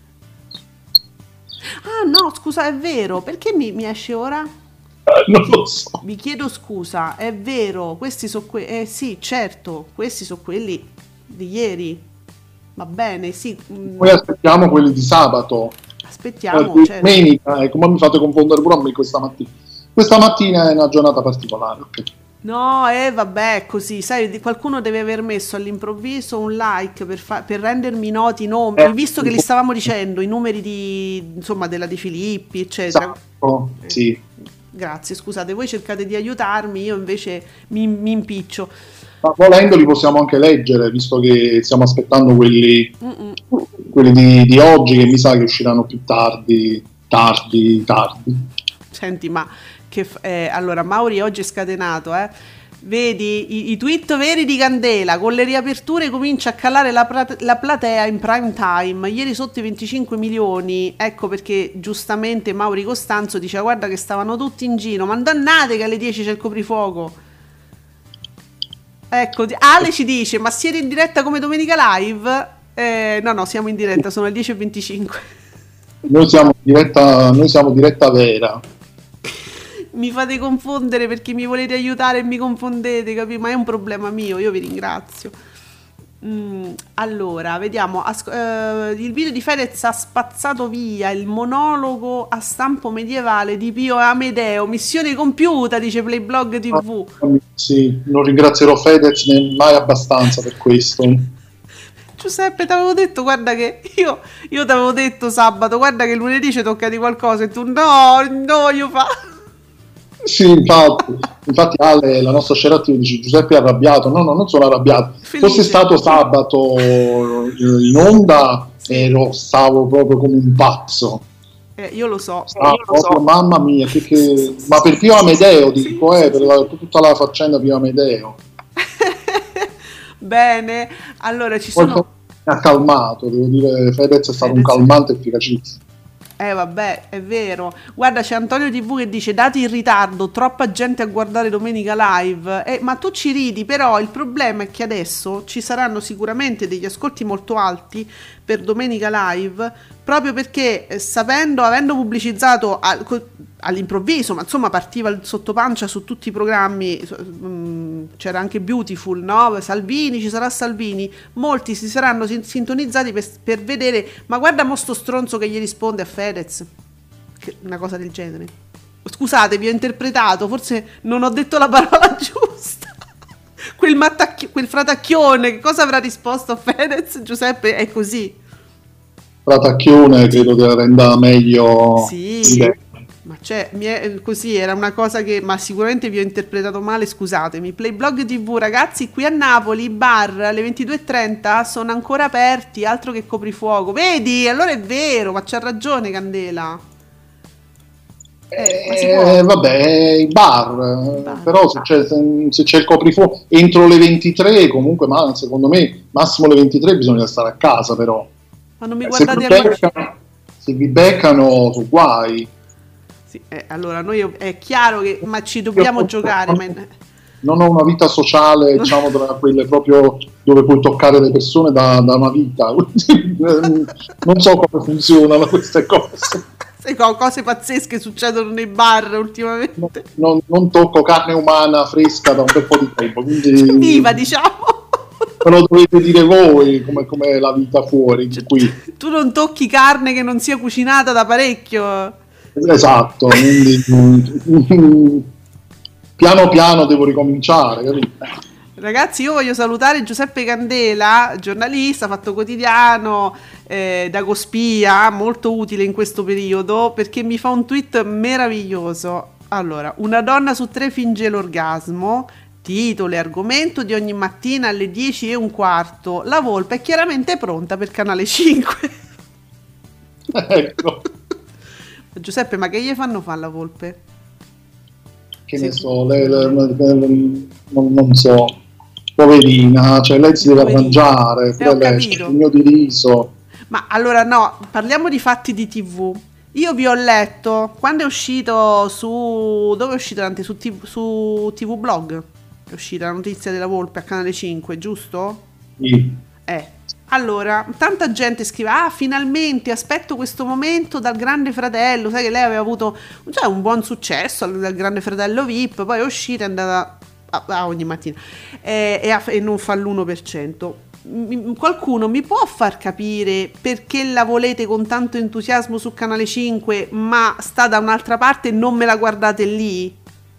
Ah no, scusa, è vero, perché mi, mi esce ora? Non lo so. Vi chiedo scusa, è vero, questi sono quelli, eh sì, certo, questi sono quelli di ieri, va bene, sì, mm, Poi aspettiamo quelli di sabato. aspettiamo, Eh, certo. domenica, ecco, ma mi fate confondere pure a me questa mattina. Questa mattina è una giornata particolare. ok. No, e eh, vabbè, così, sai, qualcuno deve aver messo all'improvviso un like per, fa- per rendermi noti i nomi, Eh, visto che li stavamo dicendo, i numeri di, insomma, della Di Filippi, eccetera. Esatto, sì. Grazie, scusate, voi cercate di aiutarmi, io invece mi, mi impiccio. Ma volendo li possiamo anche leggere, visto che stiamo aspettando quelli, quelli di, di oggi, che mi sa che usciranno più tardi, tardi, tardi. Senti, ma che f- eh, allora Mauri oggi è scatenato, eh? Vedi i, i tweet veri di Candela, con le riaperture comincia a calare la, prat- la platea in prime time, ieri sotto i venticinque milioni, ecco perché giustamente Mauri Costanzo diceva guarda che stavano tutti in giro, ma dannate che alle dieci c'è il coprifuoco. Ecco, Ale ci dice ma siete in diretta come Domenica Live? Eh, no no, siamo in diretta, sono le dieci e venticinque. Noi siamo diretta, noi siamo diretta vera. Mi fate confondere perché mi volete aiutare e mi confondete, capito? Ma è un problema mio, io vi ringrazio. Mm, allora, vediamo. Asco- eh, il video di Fedez ha spazzato via il monologo a stampo medievale di Pio Amedeo. Missione compiuta, dice Playblog tivù. Sì, non ringrazierò Fedez mai abbastanza per questo. Giuseppe, ti avevo detto, guarda che io, io ti avevo detto sabato, guarda che lunedì ci tocca di qualcosa e tu no, no, io fa... Sì, infatti, infatti Ale, la nostra Sceratti, dice Giuseppe è arrabbiato. No, no, non sono arrabbiato. Felice. Fosse stato sabato in onda, sì. ero, stavo proprio come un pazzo. Eh, io lo so. Stavo, io lo so. Mamma mia, che, che... ma per Pio Amedeo dico, sì, eh, per la, tutta la faccenda Pio Amedeo. Bene, allora ci Poi sono... Mi ha calmato, devo dire, Fedez è stato Fedez. un calmante efficacissimo. Eh vabbè, è vero. Guarda, c'è Antonio tivù che dice dati in ritardo, troppa gente a guardare Domenica Live. Eh, ma tu ci ridi, però il problema è che adesso ci saranno sicuramente degli ascolti molto alti per Domenica Live, proprio perché eh, sapendo, avendo pubblicizzato al, all'improvviso, ma insomma partiva il sottopancia su tutti i programmi, mh, c'era anche Beautiful, no? Salvini, ci sarà Salvini, molti si saranno sin- sintonizzati per, per vedere, ma guarda mo sto stronzo che gli risponde a Fedez, che, una cosa del genere. Scusate, vi ho interpretato, forse non ho detto la parola giusta. Quel, mattacchi- quel fratacchione, che cosa avrà risposto a Fedez? Giuseppe, è così. Fratacchione credo che renda meglio. Sì, ma c'è, mi è, così era una cosa che, ma sicuramente vi ho interpretato male, scusatemi. Playblog tivù, ragazzi, qui a Napoli i bar alle ventidue e trenta sono ancora aperti, altro che coprifuoco. Vedi? Allora è vero, ma c'ha ragione Candela. Eh, eh, vabbè, i bar, bar però se c'è, se c'è il coprifuoco entro le ventitré, comunque, ma secondo me massimo le ventitré bisogna stare a casa, però. Ma non mi guardate se, vi beccano, se vi beccano su guai. Sì, eh, allora noi è chiaro che ma ci dobbiamo Io giocare. Non, ma... non ho una vita sociale, diciamo, tra quelle proprio dove puoi toccare le persone da, da una vita. Non so come funzionano queste cose. Cose pazzesche succedono nei bar ultimamente. Non, non tocco carne umana fresca da un bel po' di tempo, quindi viva, diciamo. Me lo dovete dire voi come, come è la vita fuori cioè, qui. Tu non tocchi carne che non sia cucinata da parecchio. Esatto, quindi piano piano devo ricominciare, capito? Ragazzi, io voglio salutare Giuseppe Candela, giornalista, Fatto Quotidiano, eh, da Cospia, molto utile in questo periodo, perché mi fa un tweet meraviglioso. Allora, una donna su tre finge l'orgasmo, titolo e argomento di ogni mattina alle dieci e un quarto. La Volpe è chiaramente pronta per Canale cinque. Ecco. Giuseppe, ma che gli fanno fare la Volpe? Che sì. ne so, lei, lei, lei, non, non so. Poverina, cioè lei si deve arrangiare, eh, lei c'è il mio di riso. Ma allora no, parliamo di fatti di tivù. Io vi ho letto, quando è uscito su... dove è uscito anche su, T V, su T V Blog? È uscita la notizia della Volpe a Canale cinque, giusto? Sì. Eh, allora, tanta gente scrive, ah finalmente aspetto questo momento dal Grande Fratello, sai che lei aveva avuto cioè, un buon successo dal Grande Fratello V I P, poi è uscita e è andata... Ah, ogni mattina eh, e, e non fa l'uno per cento. M- qualcuno mi può far capire perché la volete con tanto entusiasmo su Canale cinque ma sta da un'altra parte e non me la guardate lì?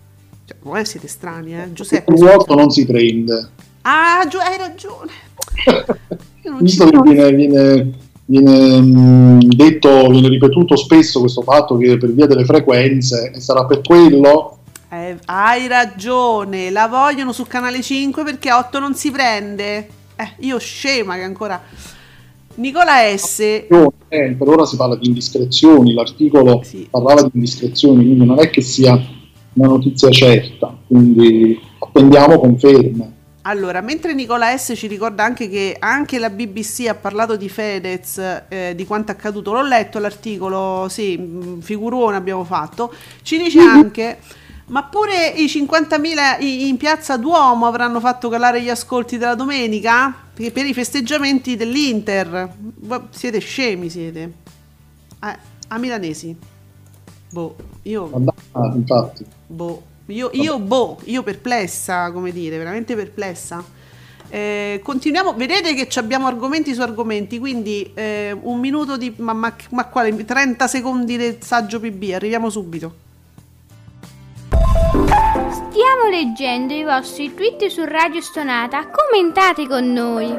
Cioè, voi siete strani, eh? Giuseppe. Il vuoto non si prende. Ah, Gio- hai ragione. Visto che viene, viene, viene mh, detto, viene ripetuto spesso questo fatto che per via delle frequenze, e sarà per quello. Eh, hai ragione, la vogliono su Canale cinque perché a otto non si prende. Eh, io scema che ancora... Nicola S. Eh, per ora si parla di indiscrezioni, l'articolo sì. parlava di indiscrezioni, quindi non è che sia una notizia certa, quindi attendiamo conferme. Allora, mentre Nicola S ci ricorda anche che anche la B B C ha parlato di Fedez, eh, di quanto accaduto, l'ho letto l'articolo, sì, figurone abbiamo fatto, ci dice anche... Ma pure i cinquantamila in piazza Duomo avranno fatto calare gli ascolti della domenica? Perché per i festeggiamenti dell'Inter. Siete scemi, siete. Eh, a milanesi. Boh, io... Ah, infatti. Boh, io, io boh, io perplessa, come dire, veramente perplessa. Eh, continuiamo, vedete che abbiamo argomenti su argomenti, quindi eh, un minuto di... Ma, ma, ma quale? trenta secondi del saggio P B, arriviamo subito. Stiamo leggendo i vostri tweet su Radio Stonata, commentate con noi.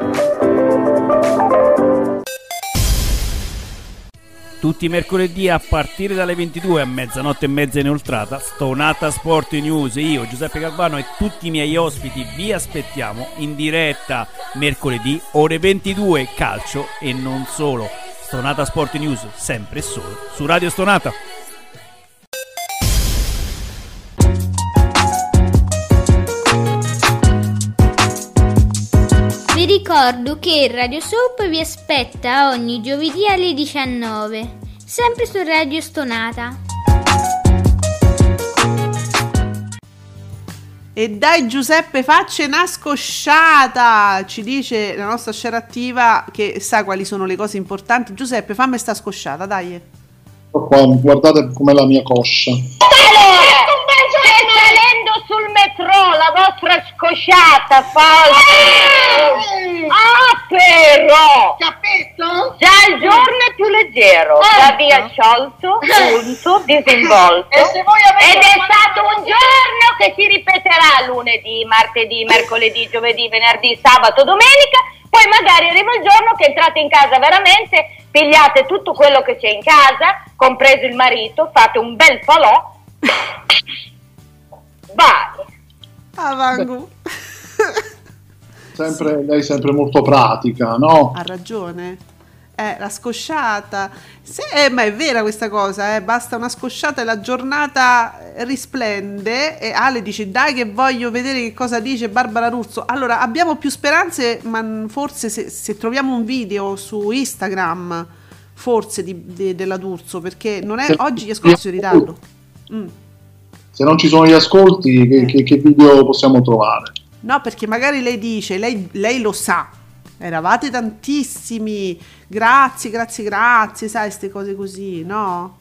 Tutti i mercoledì a partire dalle ventidue a mezzanotte e mezza inoltrata, Stonata Sport News, io Giuseppe Calvano e tutti i miei ospiti vi aspettiamo in diretta mercoledì ore ventidue, calcio e non solo. Stonata Sport News, sempre e solo su Radio Stonata. Vi ricordo che Radio Soap vi aspetta ogni giovedì alle diciannove, sempre su Radio Stonata. E dai Giuseppe, faccia una scosciata, ci dice la nostra share attiva che sa quali sono le cose importanti. Giuseppe, fammi sta scosciata, dai. Qua, guardate com'è la mia coscia. Sul metro la vostra scosciata falsa. Ah, però Capito? già il giorno è più leggero, Eh. già vi ha sciolto, punto, disinvolto. E se voi avete Ed è una- stato un giorno che si ripeterà lunedì, martedì, mercoledì, giovedì, venerdì, sabato, domenica. Poi magari arriva il giorno che entrate in casa veramente, pigliate tutto quello che c'è in casa, compreso il marito, fate un bel falò. Vai. Ah, Vangu. Sempre, lei è sempre molto pratica, no? Ha ragione. Eh, la scosciata. Sì, eh, ma è vera questa cosa, eh. Basta una scosciata e la giornata risplende. E Ale dice, dai che voglio vedere che cosa dice Barbara Russo. Allora, abbiamo più speranze, ma forse se, se troviamo un video su Instagram, forse di, di, della D'Urso, perché non è, oggi gli ascolti sono in ritardo. Mm. Se non ci sono gli ascolti, che, che, che video possiamo trovare? No, perché magari lei dice, lei, lei lo sa, eravate tantissimi, grazie, grazie, grazie, sai, queste cose così, no?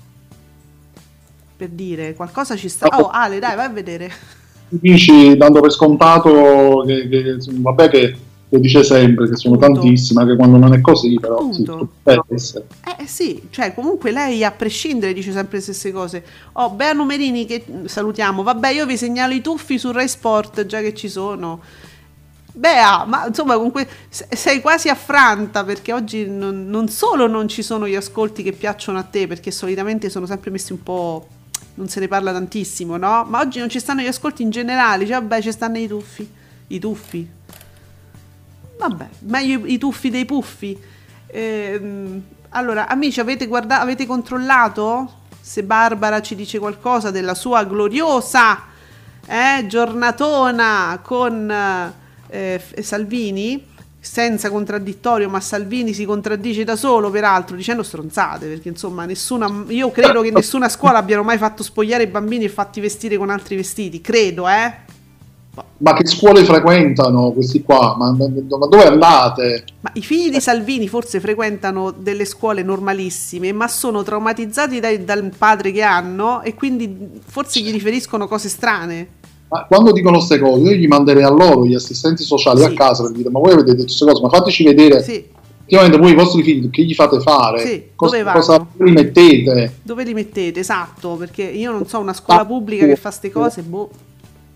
Per dire, qualcosa ci sta. Oh, Ale, dai, vai a vedere. Dici, dando per scontato, che, che vabbè che lo dice sempre, che sono Punto. tantissime, che quando non è così, però sì, Punto. potrebbe essere. Eh sì, cioè comunque lei a prescindere dice sempre le stesse cose. Oh, Bea Numerini che salutiamo, vabbè io vi segnalo i tuffi su Rai Sport già che ci sono. Bea, ma insomma comunque sei quasi affranta perché oggi non, non solo non ci sono gli ascolti che piacciono a te, perché solitamente sono sempre messi un po', non se ne parla tantissimo, no? Ma oggi non ci stanno gli ascolti in generale, cioè vabbè ci stanno i tuffi, i tuffi. Vabbè, meglio i, i tuffi dei puffi. Ehm, allora, amici, avete guardato, avete controllato se Barbara ci dice qualcosa della sua gloriosa eh, giornatona con eh, Salvini? Senza contraddittorio, ma Salvini si contraddice da solo, peraltro, dicendo stronzate, perché insomma nessuna, io credo che nessuna scuola abbiano mai fatto spogliare i bambini e fatti vestire con altri vestiti, credo, eh? Ma che scuole frequentano questi qua? Ma, ma, ma dove andate? Ma i figli di Salvini forse frequentano delle scuole normalissime, ma sono traumatizzati dai, dal padre che hanno e quindi forse gli riferiscono cose strane. Ma quando dicono queste cose, io gli manderei a loro, gli assistenti sociali, Sì. a casa per dire: ma voi avete detto queste cose, ma fateci vedere Sì, effettivamente voi i vostri figli che gli fate fare, Sì, cosa, dove vanno? cosa li mettete. dove li mettete? Esatto, perché io non so una scuola pubblica che fa ste cose, boh.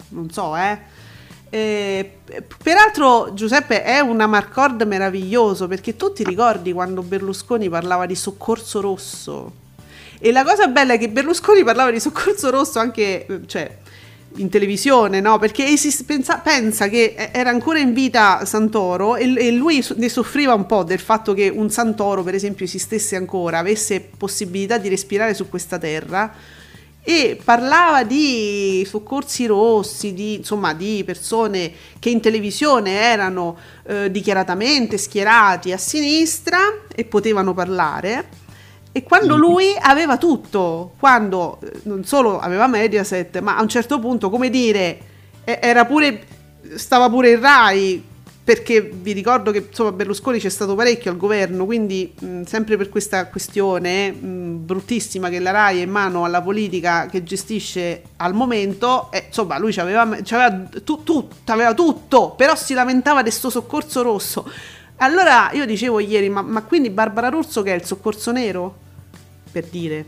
non so, eh. Eh, peraltro Giuseppe è un amarcord meraviglioso, perché tu ti ricordi quando Berlusconi parlava di soccorso rosso? E la cosa bella è che Berlusconi parlava di soccorso rosso anche, cioè, in televisione, no? Perché esist- pensa, pensa che era ancora in vita Santoro e, e lui ne soffriva un po' del fatto che un Santoro, per esempio, esistesse ancora, avesse possibilità di respirare su questa terra, e parlava di soccorsi rossi, di, insomma, di persone che in televisione erano eh, dichiaratamente schierati a sinistra e potevano parlare. E quando lui aveva tutto, quando non solo aveva Mediaset, ma a un certo punto, come dire, era pure, stava pure in Rai, perché vi ricordo che insomma Berlusconi c'è stato parecchio al governo, quindi mh, sempre per questa questione mh, bruttissima che la Rai è in mano alla politica che gestisce al momento, eh, insomma lui c'aveva, c'aveva, tu, tu, aveva tutto, però si lamentava di sto soccorso rosso. Allora io dicevo ieri, ma, ma quindi Barbara Russo che è il soccorso nero? Per dire.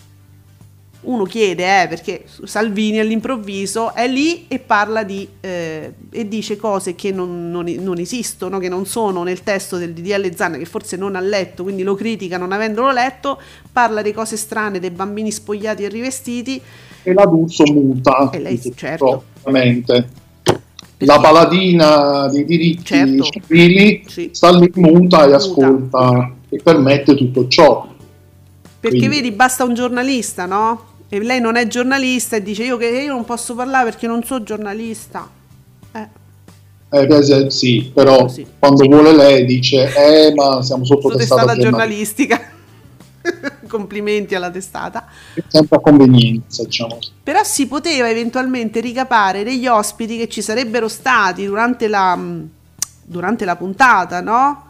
Uno chiede, eh, perché Salvini all'improvviso è lì e parla di, eh, e dice cose che non, non, non esistono, che non sono nel testo del D D L Zan, che forse non ha letto, quindi lo critica non avendolo letto, parla di cose strane, dei bambini spogliati e rivestiti. E la D'Urso muta. E lei, certo. Ovviamente. La paladina dei diritti certo. civili sì. sta lì muta e muta. ascolta e permette tutto ciò. Perché Quindi. vedi, basta un giornalista, no? E lei non è giornalista e dice io che io non posso parlare perché non sono giornalista. Eh. Eh, beh, sì, però sì. quando vuole lei dice eh ma siamo sotto Sotto testata, testata giornalistica. giornalistica. Complimenti alla testata. Sempre a convenienza, diciamo. Però si poteva eventualmente ricapare degli ospiti che ci sarebbero stati durante la, durante la puntata, no?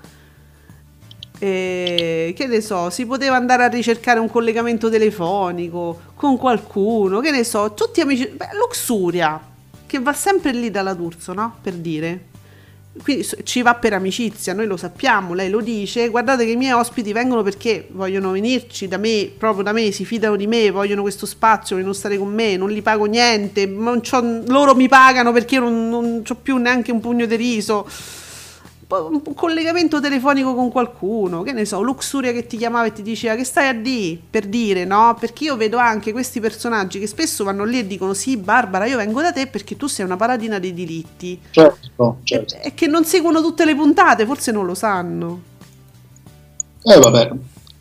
E, che ne so, si poteva andare a ricercare un collegamento telefonico con qualcuno, che ne so, tutti amici. Beh, Luxuria, che va sempre lì dalla D'Urso, no? Per dire. Quindi ci va per amicizia, noi lo sappiamo, lei lo dice, guardate che i miei ospiti vengono perché vogliono venirci da me, proprio da me, si fidano di me, vogliono questo spazio, vogliono stare con me, non li pago niente, non c'ho, loro mi pagano perché io non, non c'ho più neanche un pugno di riso. Un collegamento telefonico con qualcuno, che ne so, Luxuria che ti chiamava e ti diceva che stai a D, per dire, no? Perché io vedo anche questi personaggi che spesso vanno lì e dicono sì Barbara io vengo da te perché tu sei una paladina dei diritti, certo, certo. E, e che non seguono tutte le puntate, forse non lo sanno. Eh vabbè,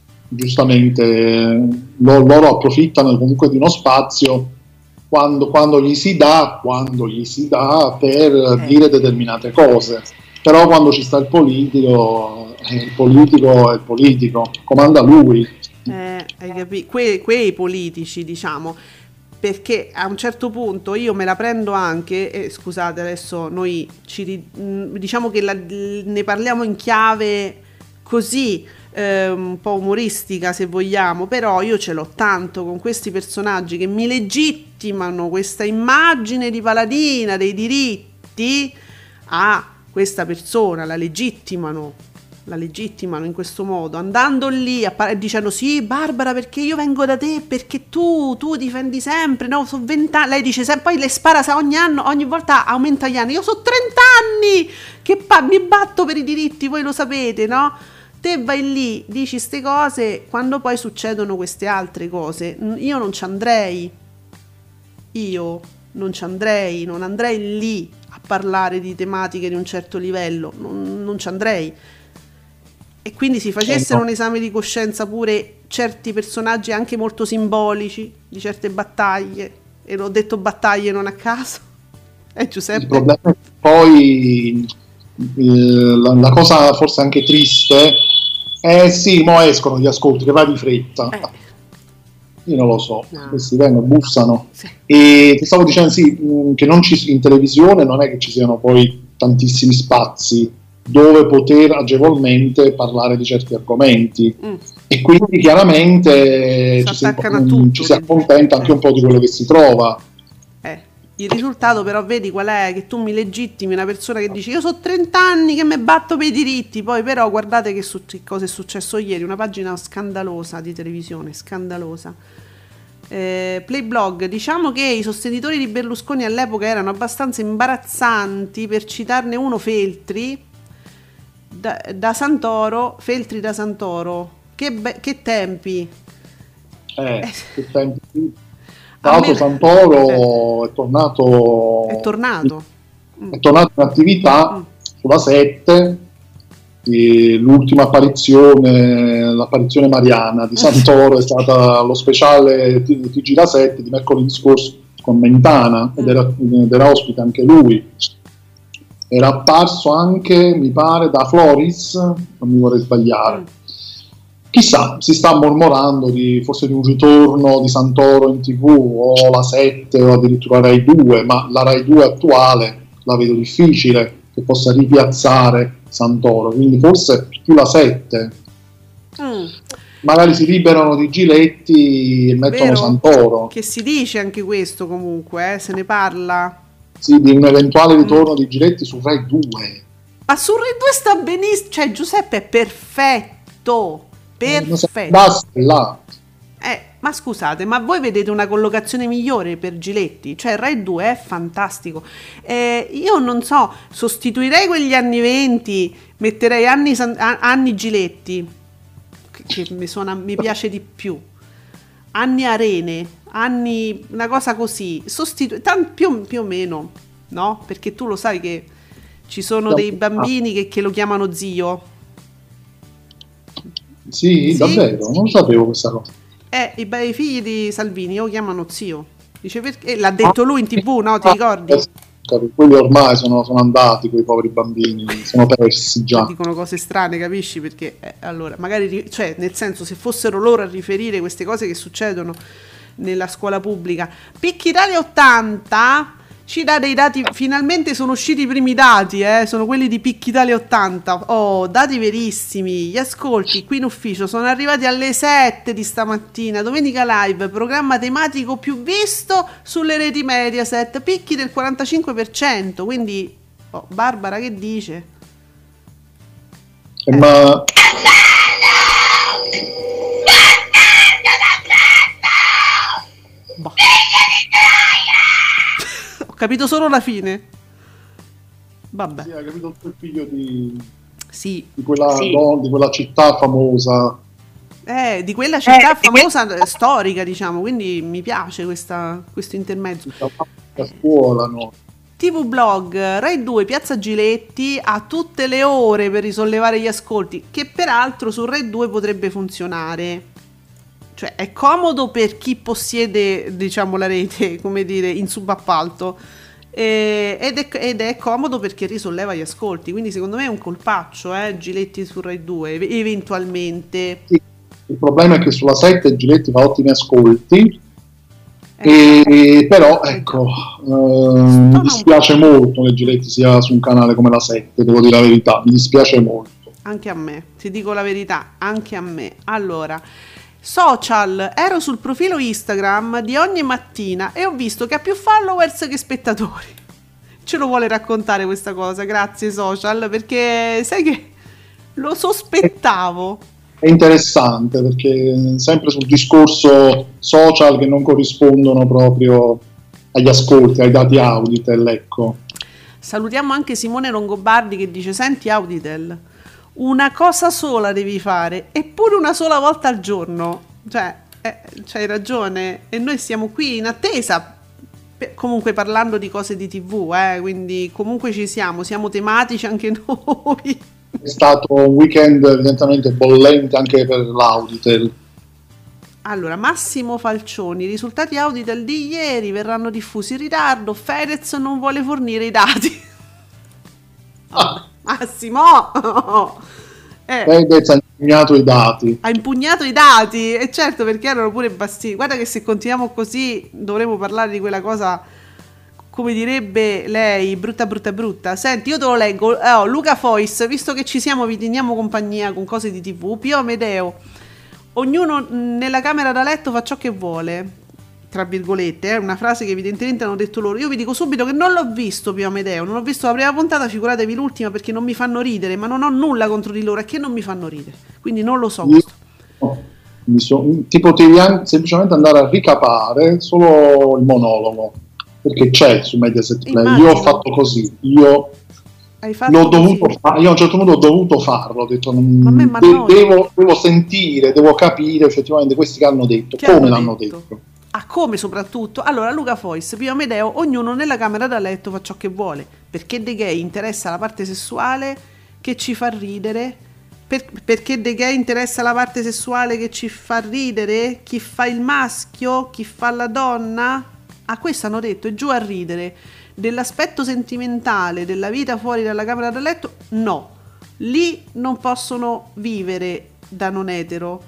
giustamente lo, loro approfittano comunque di uno spazio quando, quando gli si dà quando gli si dà per eh. dire determinate cose. Però quando ci sta il politico, eh, il politico è il politico, comanda lui. Eh, hai capito? Que- quei politici, diciamo, perché a un certo punto io me la prendo anche, e scusate adesso noi ci diciamo che la, ne parliamo in chiave così, eh, un po' umoristica se vogliamo, però io ce l'ho tanto con questi personaggi che mi legittimano questa immagine di paladina dei diritti a questa persona, la legittimano, la legittimano in questo modo, andando lì a par- dicendo sì Barbara perché io vengo da te, perché tu, tu difendi sempre, no, sono vent'anni, lei dice sempre, poi le spara ogni anno, ogni volta aumenta gli anni, io sono trent'anni che pa- mi batto per i diritti, voi lo sapete, no? Te vai lì, dici ste cose, quando poi succedono queste altre cose, io non ci andrei, io non ci andrei, non andrei lì a parlare di tematiche di un certo livello, non, non ci andrei. E quindi si facessero un esame di coscienza pure certi personaggi anche molto simbolici di certe battaglie, e l'ho detto battaglie non a caso. Eh Giuseppe? Il problema è poi eh, la, la cosa forse anche triste è sì, mo escono gli ascolti che va di fretta. Eh. Io non lo so, no. Questi vengono, bussano. Sì. E ti stavo dicendo sì, mh, che non ci, in televisione non è che ci siano poi tantissimi spazi dove poter agevolmente parlare di certi argomenti, mm. e quindi chiaramente ci si, tutto, ci si accontenta anche un po' di quello che si trova. Eh. Il risultato però vedi qual è? Che tu mi legittimi una persona che dice io sono trent'anni che mi batto per i diritti, poi però guardate che, su- che cosa è successo ieri, una pagina scandalosa di televisione, scandalosa, Eh, Playblog, diciamo che i sostenitori di Berlusconi all'epoca erano abbastanza imbarazzanti, per citarne uno Feltri da, da Santoro, Feltri da Santoro, che, be- che tempi! Eh, che tempi! Tra l'altro Santoro eh. è tornato è tornato in, è tornato in attività mm. sulla sette. E l'ultima apparizione, l'apparizione mariana di Santoro è stata lo speciale T G da sette di mercoledì scorso con Mentana, ed era, ed era ospite anche lui. Era apparso anche, mi pare, da Floris, non mi vorrei sbagliare. Chissà, si sta mormorando di, forse di un ritorno di Santoro in tv, o la sette o addirittura Rai due, ma la Rai due attuale la vedo difficile che possa ripiazzare Santoro, quindi forse più la sette. Mm. Magari si liberano di Giletti e mettono Vero, Santoro. Che si dice anche questo comunque, eh? Se ne parla. Sì, di un eventuale ritorno mm. di Giletti su Rai due. Ma su Rai due sta benissimo, cioè Giuseppe è perfetto, perfetto. Eh, basta là. Eh, ma scusate, ma voi vedete una collocazione migliore per Giletti? Cioè Rai due è fantastico. Eh, io non so, sostituirei quegli anni venti, metterei anni, anni Giletti, che, che mi, suona, mi piace di più. Anni Arene, anni, una cosa così, sostitu- tant- più, più o meno, no? Perché tu lo sai che ci sono dei bambini che, che lo chiamano zio. Sì, sì, davvero, non sapevo questa cosa. Eh, i, i figli di Salvini lo chiamano zio. Dice perché l'ha detto lui in tv, no? Ti ricordi? Quelli ormai sono, sono andati, quei poveri bambini, sono persi già. Dicono cose strane, capisci? Perché eh, allora, magari, cioè, nel senso, se fossero loro a riferire queste cose che succedono nella scuola pubblica. Picchi Italia ottanta ci dà dei dati, finalmente sono usciti i primi dati, eh, sono quelli di Picchi Italia ottanta. Oh, dati verissimi. Gli ascolti qui in ufficio sono arrivati alle sette di stamattina, domenica live, programma tematico più visto sulle reti Mediaset, picchi del quarantacinque per cento, quindi oh, Barbara che dice? Eh, ma boh. Ho capito solo la fine. Vabbè. Sì, hai capito il figlio di, sì. di, quella, sì. no, di quella città famosa. Eh, di quella città eh, famosa, que- storica, diciamo, quindi mi piace questa, questo intermezzo. A scuola, no? T V Blog, Rai due, Piazza Giletti, ha tutte le ore per risollevare gli ascolti, che peraltro su Rai due potrebbe funzionare. Cioè è comodo per chi possiede, diciamo, la rete, come dire, in subappalto, eh, ed, è, ed è comodo perché risolleva gli ascolti, quindi secondo me è un colpaccio, eh, Giletti su Rai due, eventualmente. Sì, il problema è che sulla sette Giletti fa ottimi ascolti, eh, e, però ecco, eh, mi dispiace molto che Giletti sia su un canale come la sette, devo dire la verità, mi dispiace molto. Anche a me, ti dico la verità, anche a me. Allora, social, ero sul profilo Instagram di Ogni Mattina e ho visto che ha più followers che spettatori. Ce lo vuole raccontare questa cosa? Grazie social, perché sai che lo sospettavo. È interessante perché sempre sul discorso social che non corrispondono proprio agli ascolti, ai dati Auditel, ecco. Salutiamo anche Simone Longobardi che dice: senti Auditel, una cosa sola devi fare, eppure una sola volta al giorno. Cioè, eh, c'hai ragione. E noi siamo qui in attesa, per, comunque parlando di cose di tivù, eh, quindi comunque ci siamo, siamo tematici anche noi. È stato un weekend evidentemente bollente anche per l'Auditel. Allora, Massimo Falcioni, i risultati Auditel di ieri verranno diffusi in ritardo, Fedez non vuole fornire i dati. Ah. Massimo! Eh, Fedez ha impugnato i dati. Ha impugnato i dati, e certo, perché erano pure bastini. Guarda che se continuiamo così dovremo parlare di quella cosa, come direbbe lei, brutta brutta brutta. Senti, io te lo leggo. Oh, Luca Fois, visto che ci siamo, vi teniamo compagnia con cose di tivù. Pio Amedeo, ognuno nella camera da letto fa ciò che vuole, tra virgolette, è eh, una frase che evidentemente hanno detto loro. Io vi dico subito che non l'ho visto Pio Amedeo, non ho visto la prima puntata, figuratevi l'ultima, perché non mi fanno ridere, ma non ho nulla contro di loro, è che non mi fanno ridere, quindi non lo so. Io, Mi so, ti potevi anche semplicemente andare a ricapare solo il monologo, perché c'è su Mediaset Play. Immagino. Io ho fatto così, io Hai fatto l'ho così. dovuto fa- io a un certo punto ho dovuto farlo, ho detto Ma a me de- m'annoia. devo, devo sentire, devo capire effettivamente questi che hanno detto, Che come hanno l'hanno detto? detto. Ah, come soprattutto? Allora, Luca Fois, Pio Amedeo, ognuno nella camera da letto fa ciò che vuole. Perché De Gay interessa la parte sessuale che ci fa ridere? Per- perché De Gay interessa la parte sessuale che ci fa ridere? Chi fa il maschio? Chi fa la donna? Ah, questo hanno detto, e giù a ridere. Dell'aspetto sentimentale della vita fuori dalla camera da letto? No. Lì non possono vivere da non etero.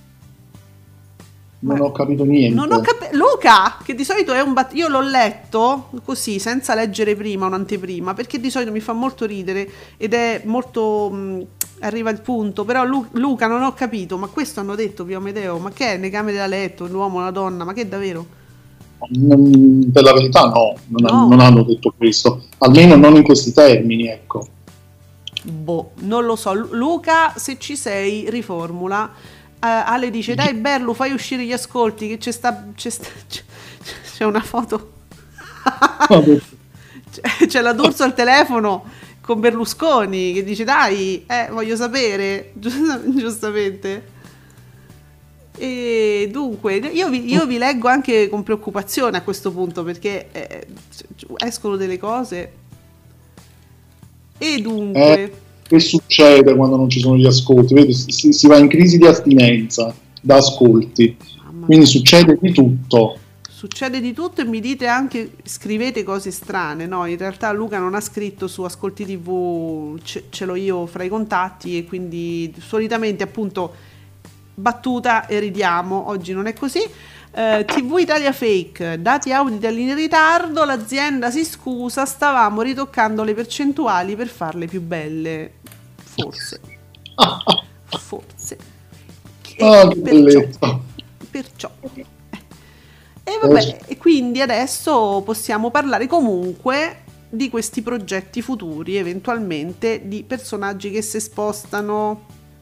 Non Ma- ho capito niente. Non ho capito. Luca, che di solito è un bat- io l'ho letto così, senza leggere prima un'anteprima, perché di solito mi fa molto ridere ed è molto mh, arriva al punto, però Lu- Luca non ho capito, ma questo hanno detto Pio Amedeo, ma che è nelle camere da letto, l'uomo, la donna, ma che è davvero? Non- per la verità no, non, No. non hanno detto questo, almeno non in questi termini, ecco. Boh, non lo so. Lu- Luca, se ci sei, riformula. Eh, Ale dice, dai Berlu, fai uscire gli ascolti, che c'è sta, c'è, sta- c'è- c'è una foto. C'è, c'è la D'Urso al telefono con Berlusconi che dice, dai, eh, voglio sapere, giusta- giustamente. E dunque, io vi, io vi leggo anche con preoccupazione a questo punto, perché eh, escono delle cose. E dunque... Eh, che succede quando non ci sono gli ascolti? Vedi, si, si va in crisi di astinenza da ascolti, Mamma quindi mia. succede di tutto. Succede di tutto, e mi dite anche, scrivete cose strane, no? In realtà Luca non ha scritto su Ascolti tivù, ce, ce l'ho io fra i contatti, e quindi solitamente appunto battuta e ridiamo, oggi non è così. Eh, tivù Italia Fake, dati Auditel in ritardo, l'azienda si scusa, stavamo ritoccando le percentuali per farle più belle, forse, forse. E Ah, che perciò, bellezza. perciò. E vabbè, e quindi adesso possiamo parlare comunque di questi progetti futuri, eventualmente di personaggi che si spostano.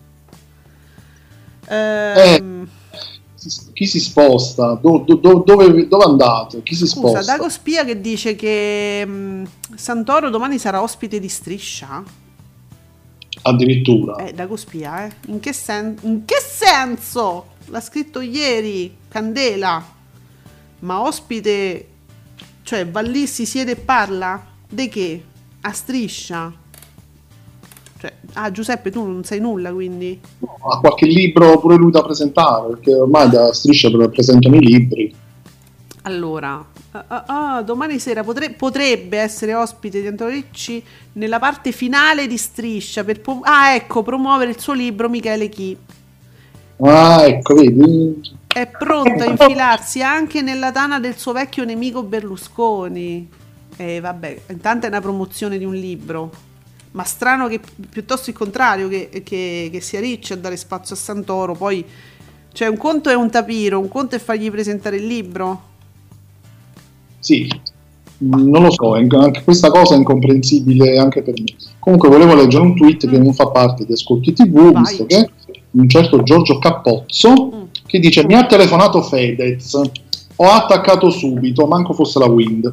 Ehm, Chi si sposta? Do- do- do- dove, dove andate? Chi si scusa, sposta? Dago Spia che dice che mh, Santoro domani sarà ospite di Striscia. Addirittura. Eh, Dago Spia, eh? In che, sen- in che senso? L'ha scritto ieri, Candela. Ma ospite, cioè va lì, si siede e parla? De che? A Striscia? Cioè, ah, Giuseppe, tu non sai nulla, quindi? No, ha qualche libro pure lui da presentare, perché ormai da Striscia presentano i libri. Allora, ah, ah, ah, domani sera potre- potrebbe essere ospite di Antonio Ricci nella parte finale di Striscia per po- ah, ecco, promuovere il suo libro Michele Chi. Ah, ecco, vedi? È pronto a infilarsi anche nella tana del suo vecchio nemico Berlusconi. E vabbè, intanto è una promozione di un libro. Ma strano che pi- piuttosto il contrario, che, che, che sia Ricci a dare spazio a Santoro. Poi, cioè, un conto è un tapiro, un conto è fargli presentare il libro. Sì, non lo so, è- anche questa cosa è incomprensibile anche per me. Comunque volevo leggere un tweet che non fa parte di Ascolti tivù, Vai. visto che un certo Giorgio Cappozzo Mm. che dice: mi ha telefonato Fedez, ho attaccato subito, manco fosse la Wind.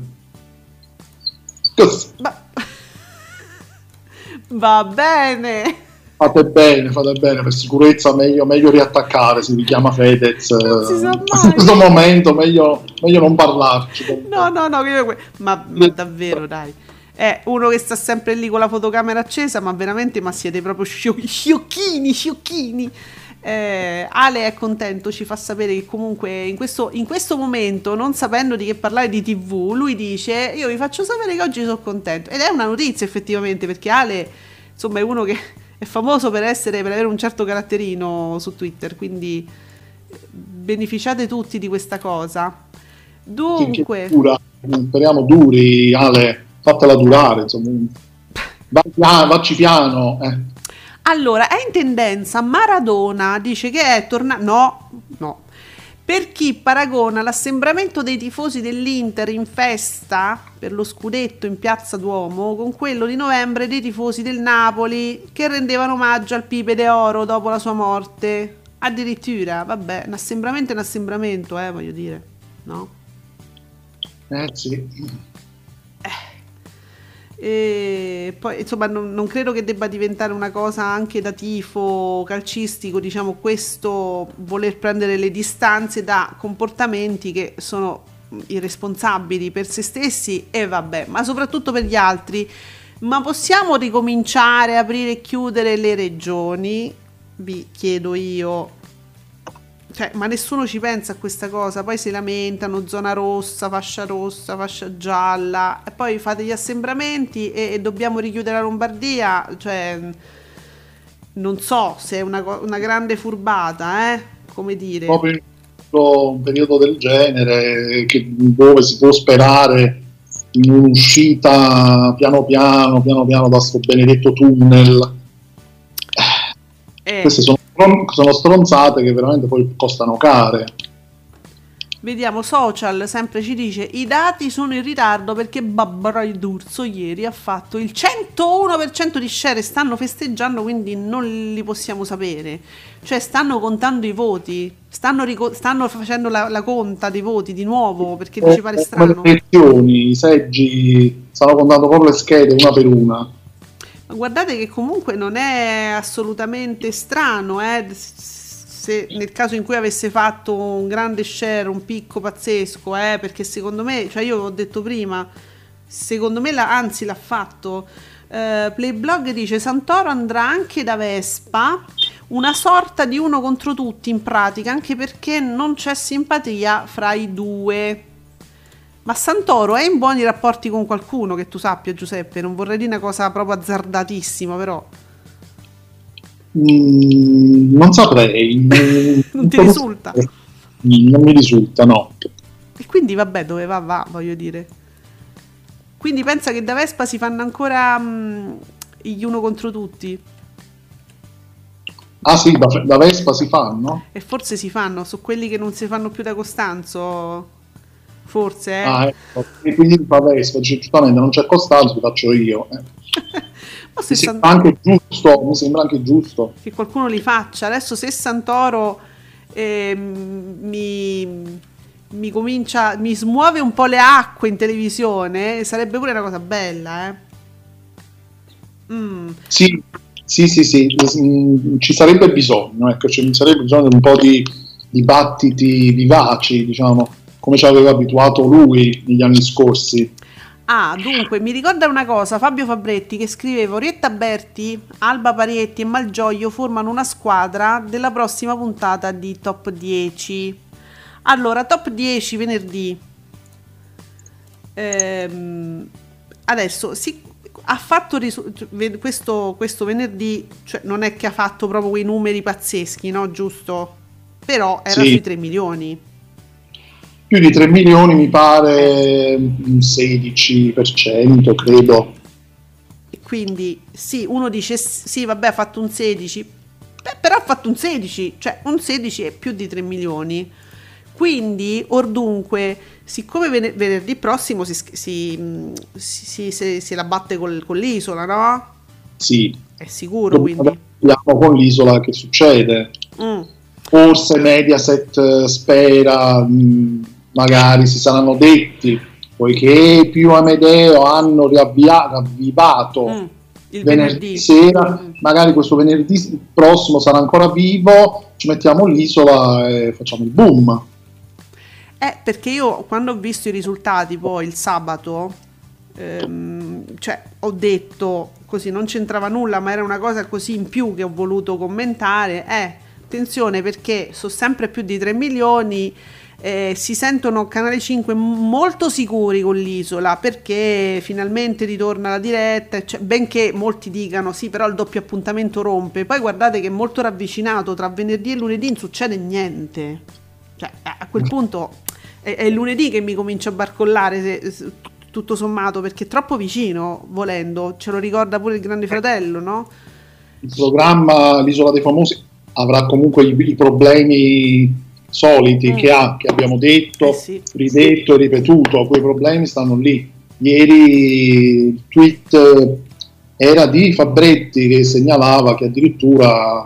Così. Ma... Va bene. Fate bene, fate bene, per sicurezza meglio, meglio riattaccare, si richiama Fedez. Non si eh, sa mai. In questo momento meglio, meglio non parlarci. No, no, no, io- ma, ma davvero, dai. È uno che sta sempre lì con la fotocamera accesa, ma veramente, ma siete proprio scio- sciocchini, sciocchini. Eh, Ale è contento, ci fa sapere che comunque in questo, in questo momento, non sapendo di che parlare di tivù, lui dice: io vi faccio sapere che oggi sono contento. Ed è una notizia effettivamente, perché Ale, insomma, è uno che è famoso per essere, per avere un certo caratterino su Twitter, quindi beneficiate tutti di questa cosa. Dunque, Dura. Speriamo duri, Ale, fatela durare, insomma. Va piano, vacci piano. Eh. allora, è in tendenza Maradona, dice che è tornato. No, no. Per chi paragona l'assembramento dei tifosi dell'Inter in festa per lo scudetto in Piazza Duomo con quello di novembre dei tifosi del Napoli che rendevano omaggio al Pipe de Oro dopo la sua morte. Addirittura, vabbè, un assembramento è un assembramento, eh, voglio dire, no? Eh sì. E poi insomma non, non credo che debba diventare una cosa anche da tifo calcistico, diciamo, questo voler prendere le distanze da comportamenti che sono irresponsabili per se stessi e vabbè, ma soprattutto per gli altri. Ma possiamo ricominciare a aprire e chiudere le regioni? Vi chiedo io. Cioè, ma nessuno ci pensa a questa cosa, poi si lamentano, zona rossa, fascia rossa, fascia gialla, e poi fate gli assembramenti e, e dobbiamo richiudere la Lombardia, cioè non so se è una, una grande furbata, eh? Come dire. Proprio in un periodo del genere, che, dove si può sperare in un'uscita piano piano, piano piano da sto benedetto tunnel. Eh. Queste sono sono stronzate che veramente poi costano care. Vediamo, Social sempre ci dice: i dati sono in ritardo perché Barbara D'Urso ieri ha fatto il centouno per cento di share, stanno festeggiando, quindi non li possiamo sapere, cioè stanno contando i voti, stanno, rico- stanno facendo la, la conta dei voti di nuovo, perché eh, ci pare strano. Le elezioni, i seggi, stanno contando proprio le schede una per una. Guardate che comunque non è assolutamente strano, eh? Se nel caso in cui avesse fatto un grande share, un picco pazzesco, eh? Perché secondo me, cioè io ho detto prima, secondo me la, anzi l'ha fatto. Uh, Playblog dice: Santoro andrà anche da Vespa, una sorta di uno contro tutti in pratica, anche perché non c'è simpatia fra i due. Ma Santoro è in buoni rapporti con qualcuno, che tu sappia, Giuseppe? Non vorrei dire una cosa proprio azzardatissima, però mm, non saprei. Non ti risulta? Non mi risulta, no. E quindi vabbè, dove va va, voglio dire. Quindi pensa che da Vespa si fanno ancora mh, gli uno contro tutti? Ah sì, da, da Vespa si fanno? E forse si fanno, su quelli che non si fanno più da Costanzo. Forse, eh. Ah, ecco. E quindi fa Vespa, giustamente non c'è Costanzo, li faccio io. Eh. Ma se mi, San... sembra anche giusto, mi sembra anche giusto che qualcuno li faccia. Adesso se Santoro eh, mi, mi comincia, mi smuove un po' le acque in televisione, sarebbe pure una cosa bella, eh. Mm. Sì, sì, sì, sì, ci sarebbe bisogno, ecco, ci sarebbe bisogno di un po' di dibattiti vivaci, diciamo, come ci aveva abituato lui negli anni scorsi. Ah, dunque, mi ricorda una cosa, Fabio Fabretti che scriveva: Orietta Berti, Alba Parietti e Malgioglio formano una squadra della prossima puntata di Top dieci. Allora, Top dieci venerdì. Ehm, adesso, si, ha fatto risu- questo, questo venerdì, cioè non è che ha fatto proprio quei numeri pazzeschi, no? Giusto? Però era sì, sui tre milioni. Più di tre milioni, mi pare un sedici per cento, credo. E quindi sì, uno dice sì, vabbè, ha fatto un sedici, beh, però ha fatto un sedici, cioè un sedici è più di tre milioni. Quindi, or dunque, siccome ven- venerdì prossimo si, si, si, si, si la batte col, con l'isola, no? Sì. È sicuro, quindi. Vediamo con l'isola che succede. Mm. Forse Mediaset spera... Mh, magari si saranno detti, poiché più Amedeo hanno riavviato, avvivato mm, il venerdì, venerdì sera, mm. magari questo venerdì prossimo sarà ancora vivo, ci mettiamo l'isola e facciamo il boom. Eh, perché io quando ho visto i risultati poi il sabato, ehm, cioè ho detto così, non c'entrava nulla, ma era una cosa così in più che ho voluto commentare, eh, attenzione, perché sono sempre più di tre milioni. Eh, si sentono Canale cinque molto sicuri con l'isola, perché finalmente ritorna la diretta, cioè, benché molti dicano sì, però il doppio appuntamento rompe. Poi guardate che è molto ravvicinato, tra venerdì e lunedì non succede niente, cioè, a quel punto è, è il lunedì che mi comincia a barcollare, se, se, tutto sommato, perché è troppo vicino, volendo, ce lo ricorda pure il Grande Fratello, no? Il programma L'Isola dei Famosi avrà comunque i, i problemi soliti mm. che ha, che abbiamo detto, eh sì, ridetto e ripetuto. Quei problemi stanno lì. Ieri il tweet era di Fabretti che segnalava che addirittura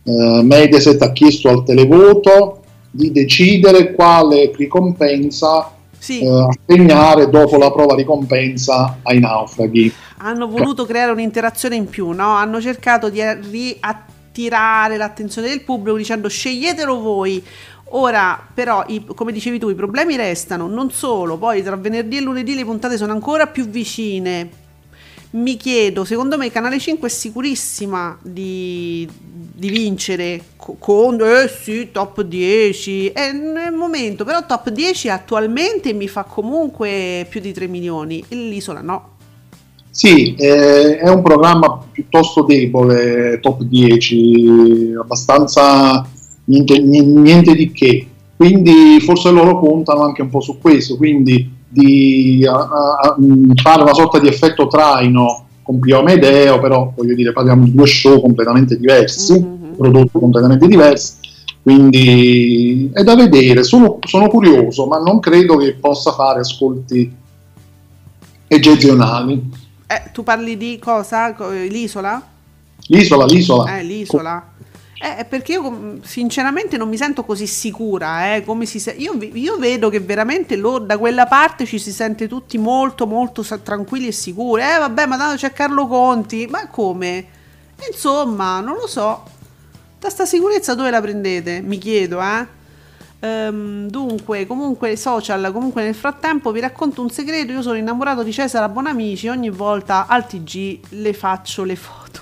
eh, Mediaset ha chiesto al televoto di decidere quale ricompensa Sì. eh, assegnare dopo la prova ricompensa ai naufraghi. Hanno voluto creare un'interazione in più, no? Hanno cercato di riattirare l'attenzione del pubblico dicendo sceglietelo voi. Ora però, i, come dicevi tu, i problemi restano, non solo, poi tra venerdì e lunedì le puntate sono ancora più vicine. Mi chiedo, secondo me Canale cinque è sicurissima di, di vincere co- con, eh sì, top dieci, è nel momento, però top dieci attualmente mi fa comunque più di tre milioni, e l'Isola no. Sì, eh, è un programma piuttosto debole, top dieci, abbastanza niente, niente di che, quindi forse loro puntano anche un po' su questo, quindi di a, a, fare una sorta di effetto traino con Pio Amedeo, però voglio dire parliamo di due show completamente diversi, mm-hmm. prodotti completamente diversi, quindi è da vedere, sono, sono curioso, ma non credo che possa fare ascolti eccezionali. Eh, tu parli di cosa? L'isola? L'isola, l'isola. Eh, l'isola. Eh, perché io sinceramente non mi sento così sicura, eh, come si se- io, io vedo che veramente lo, da quella parte ci si sente tutti molto molto tranquilli e sicuri. Eh vabbè, ma tanto c'è Carlo Conti, ma come? Insomma, non lo so. Da sta sicurezza dove la prendete? Mi chiedo, eh. Um, dunque, comunque social, comunque nel frattempo vi racconto un segreto, io sono innamorato di Cesara Bonamici, ogni volta al T G le faccio le foto.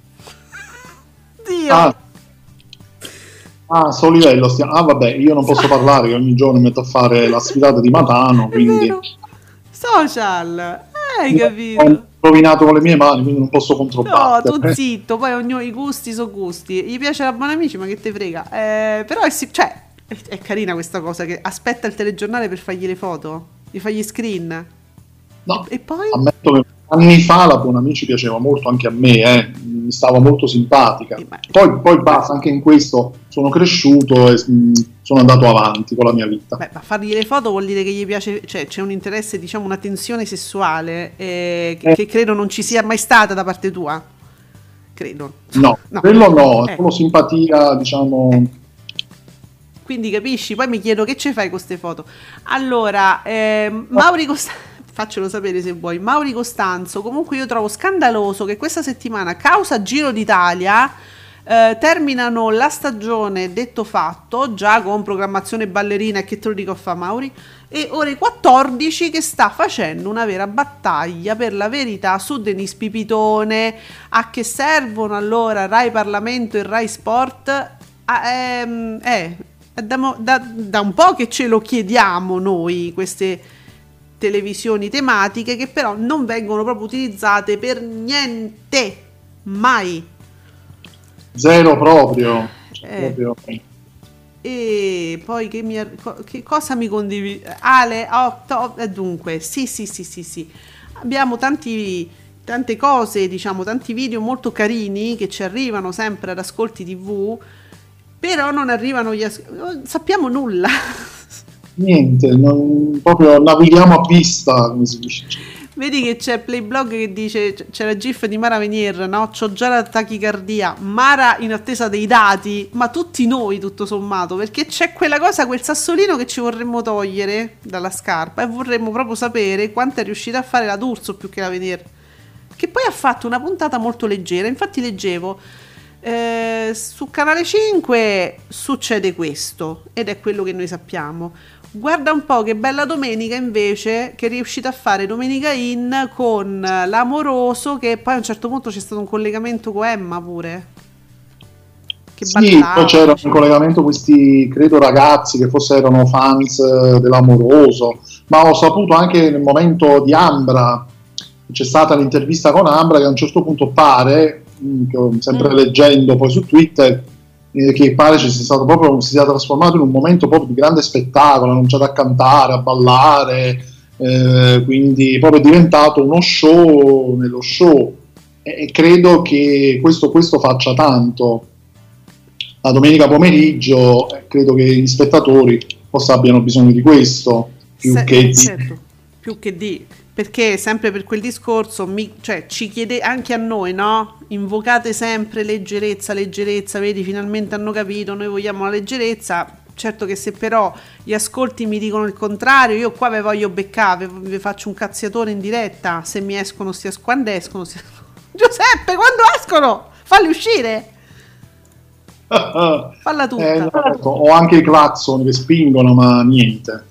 Dio. Ah. Ah, sto livello stiamo. Ah, vabbè, io non posso parlare che ogni giorno mi metto a fare la sfilata di Matano, quindi social, hai capito? Ho rovinato con le mie mani, quindi non posso No, controbattere. tu zitto, poi ognuno i gusti sono gusti. Gli piace la Bonamici, ma che te frega? Eh, però è, si- cioè, è, è carina questa cosa che aspetta il telegiornale per fargli le foto, gli fagli screen. No, E poi? ammetto che anni fa la Bonamici piaceva molto anche a me, eh. Mi stava molto simpatica. Eh, ma- Poi, poi basta, anche in questo sono cresciuto e mh, sono andato avanti con la mia vita. Beh, ma fargli le foto vuol dire che gli piace, cioè c'è un interesse, diciamo una tensione sessuale eh, che, Eh. che credo non ci sia mai stata da parte tua. Credo. No, No. quello no, è Eh. solo simpatia, diciamo. Quindi capisci, poi mi chiedo che ci fai con queste foto. Allora, ehm, Mauri Costanzo, faccelo sapere se vuoi. Mauri Costanzo, comunque io trovo scandaloso che questa settimana, causa Giro d'Italia, eh, terminano la stagione detto fatto, già con programmazione ballerina e che te lo dico a fa Mauri, e ore quattordici che sta facendo una vera battaglia per la verità su Denis Pipitone. A che servono allora Rai Parlamento e Rai Sport? Ah, ehm, eh, da, mo- da, da un po' che ce lo chiediamo noi queste televisioni tematiche, che però non vengono proprio utilizzate per niente, mai. Zero proprio. Eh. proprio. E poi che, mi, che cosa mi condividi? Ale, oh, to, eh, dunque, sì, sì, sì, sì, sì. Abbiamo tanti, tante cose, diciamo, tanti video molto carini che ci arrivano sempre ad Ascolti tivù, però non arrivano gli as- non sappiamo nulla. Niente, non, proprio navighiamo a vista, come si dice. Vedi che c'è Playblog che dice, c'è la gif di Mara Venier, no? C'ho già la tachicardia, Mara in attesa dei dati, ma tutti noi tutto sommato, perché c'è quella cosa, quel sassolino che ci vorremmo togliere dalla scarpa e vorremmo proprio sapere quanto è riuscita a fare la D'Urso più che la Venier, che poi ha fatto una puntata molto leggera. Infatti leggevo eh, su Canale cinque succede questo ed è quello che noi sappiamo. Guarda un po' che bella domenica invece, che è riuscita a fare Domenica In con l'amoroso, che poi a un certo punto c'è stato un collegamento con Emma pure. Che Sì, ballava, poi c'era cioè. in collegamento questi, credo, ragazzi che forse erano fans eh, dell'amoroso, ma ho saputo anche nel momento di Ambra, c'è stata l'intervista con Ambra che a un certo punto pare, mh, che ho sempre mm. leggendo poi su Twitter, che pare ci sia stato proprio, si sia trasformato in un momento proprio di grande spettacolo, non c'è da cantare, a ballare, eh, quindi proprio è diventato uno show nello show, e, e credo che questo, questo faccia tanto. La domenica pomeriggio eh, credo che gli spettatori forse abbiano bisogno di questo più Se, che eh, di... certo, più che di perché sempre per quel discorso mi, cioè, ci chiede anche a noi, no? Invocate sempre leggerezza, leggerezza, vedi, finalmente hanno capito, noi vogliamo la leggerezza. Certo che se però gli ascolti mi dicono il contrario, io qua ve voglio beccare, vi faccio un cazziatore in diretta, se mi escono sti quando escono sti... Giuseppe, quando escono? Falli uscire. Falla tutta. Eh, no, ho anche i clacson che spingono, ma niente.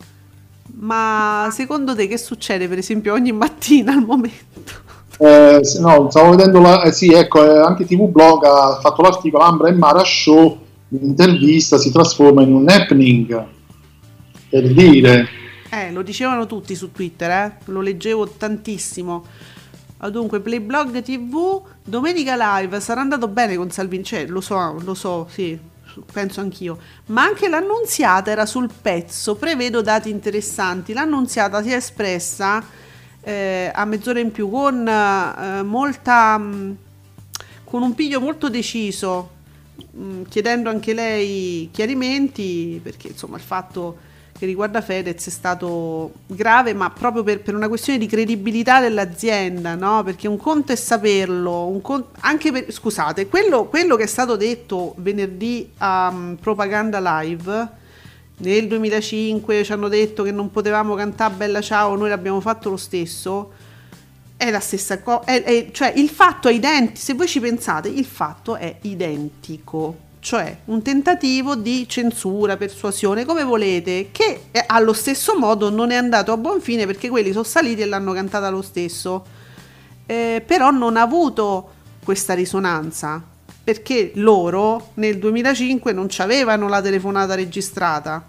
Ma secondo te che succede per esempio ogni mattina al momento? Eh, no, stavo vedendo la, eh, sì, ecco, eh, anche T V Blog ha fatto l'articolo Ambra e Mara Show, l'intervista si trasforma in un happening, per dire. Eh, lo dicevano tutti su Twitter, eh? Lo leggevo tantissimo. Dunque, Playblog T V, domenica live, sarà andato bene con Salvini, cioè, lo so, lo so, sì, penso anch'io, ma anche l'Annunziata era sul pezzo, prevedo dati interessanti. L'Annunziata si è espressa eh, a mezz'ora in più con eh, molta mh, con un piglio molto deciso, mh, chiedendo anche lei chiarimenti, perché insomma il fatto che riguarda Fedez è stato grave, ma proprio per, per una questione di credibilità dell'azienda, no? Perché un conto è saperlo, un conto, anche per, scusate, quello, quello che è stato detto venerdì a um, Propaganda Live nel duemilacinque, ci hanno detto che non potevamo cantare Bella Ciao, noi l'abbiamo fatto lo stesso, è la stessa cosa, cioè il fatto è identico, se voi ci pensate, il fatto è identico. Cioè un tentativo di censura, persuasione, come volete, che allo stesso modo non è andato a buon fine, perché quelli sono saliti e l'hanno cantata lo stesso, eh, però non ha avuto questa risonanza, perché loro nel duemilacinque non c'avevano la telefonata registrata.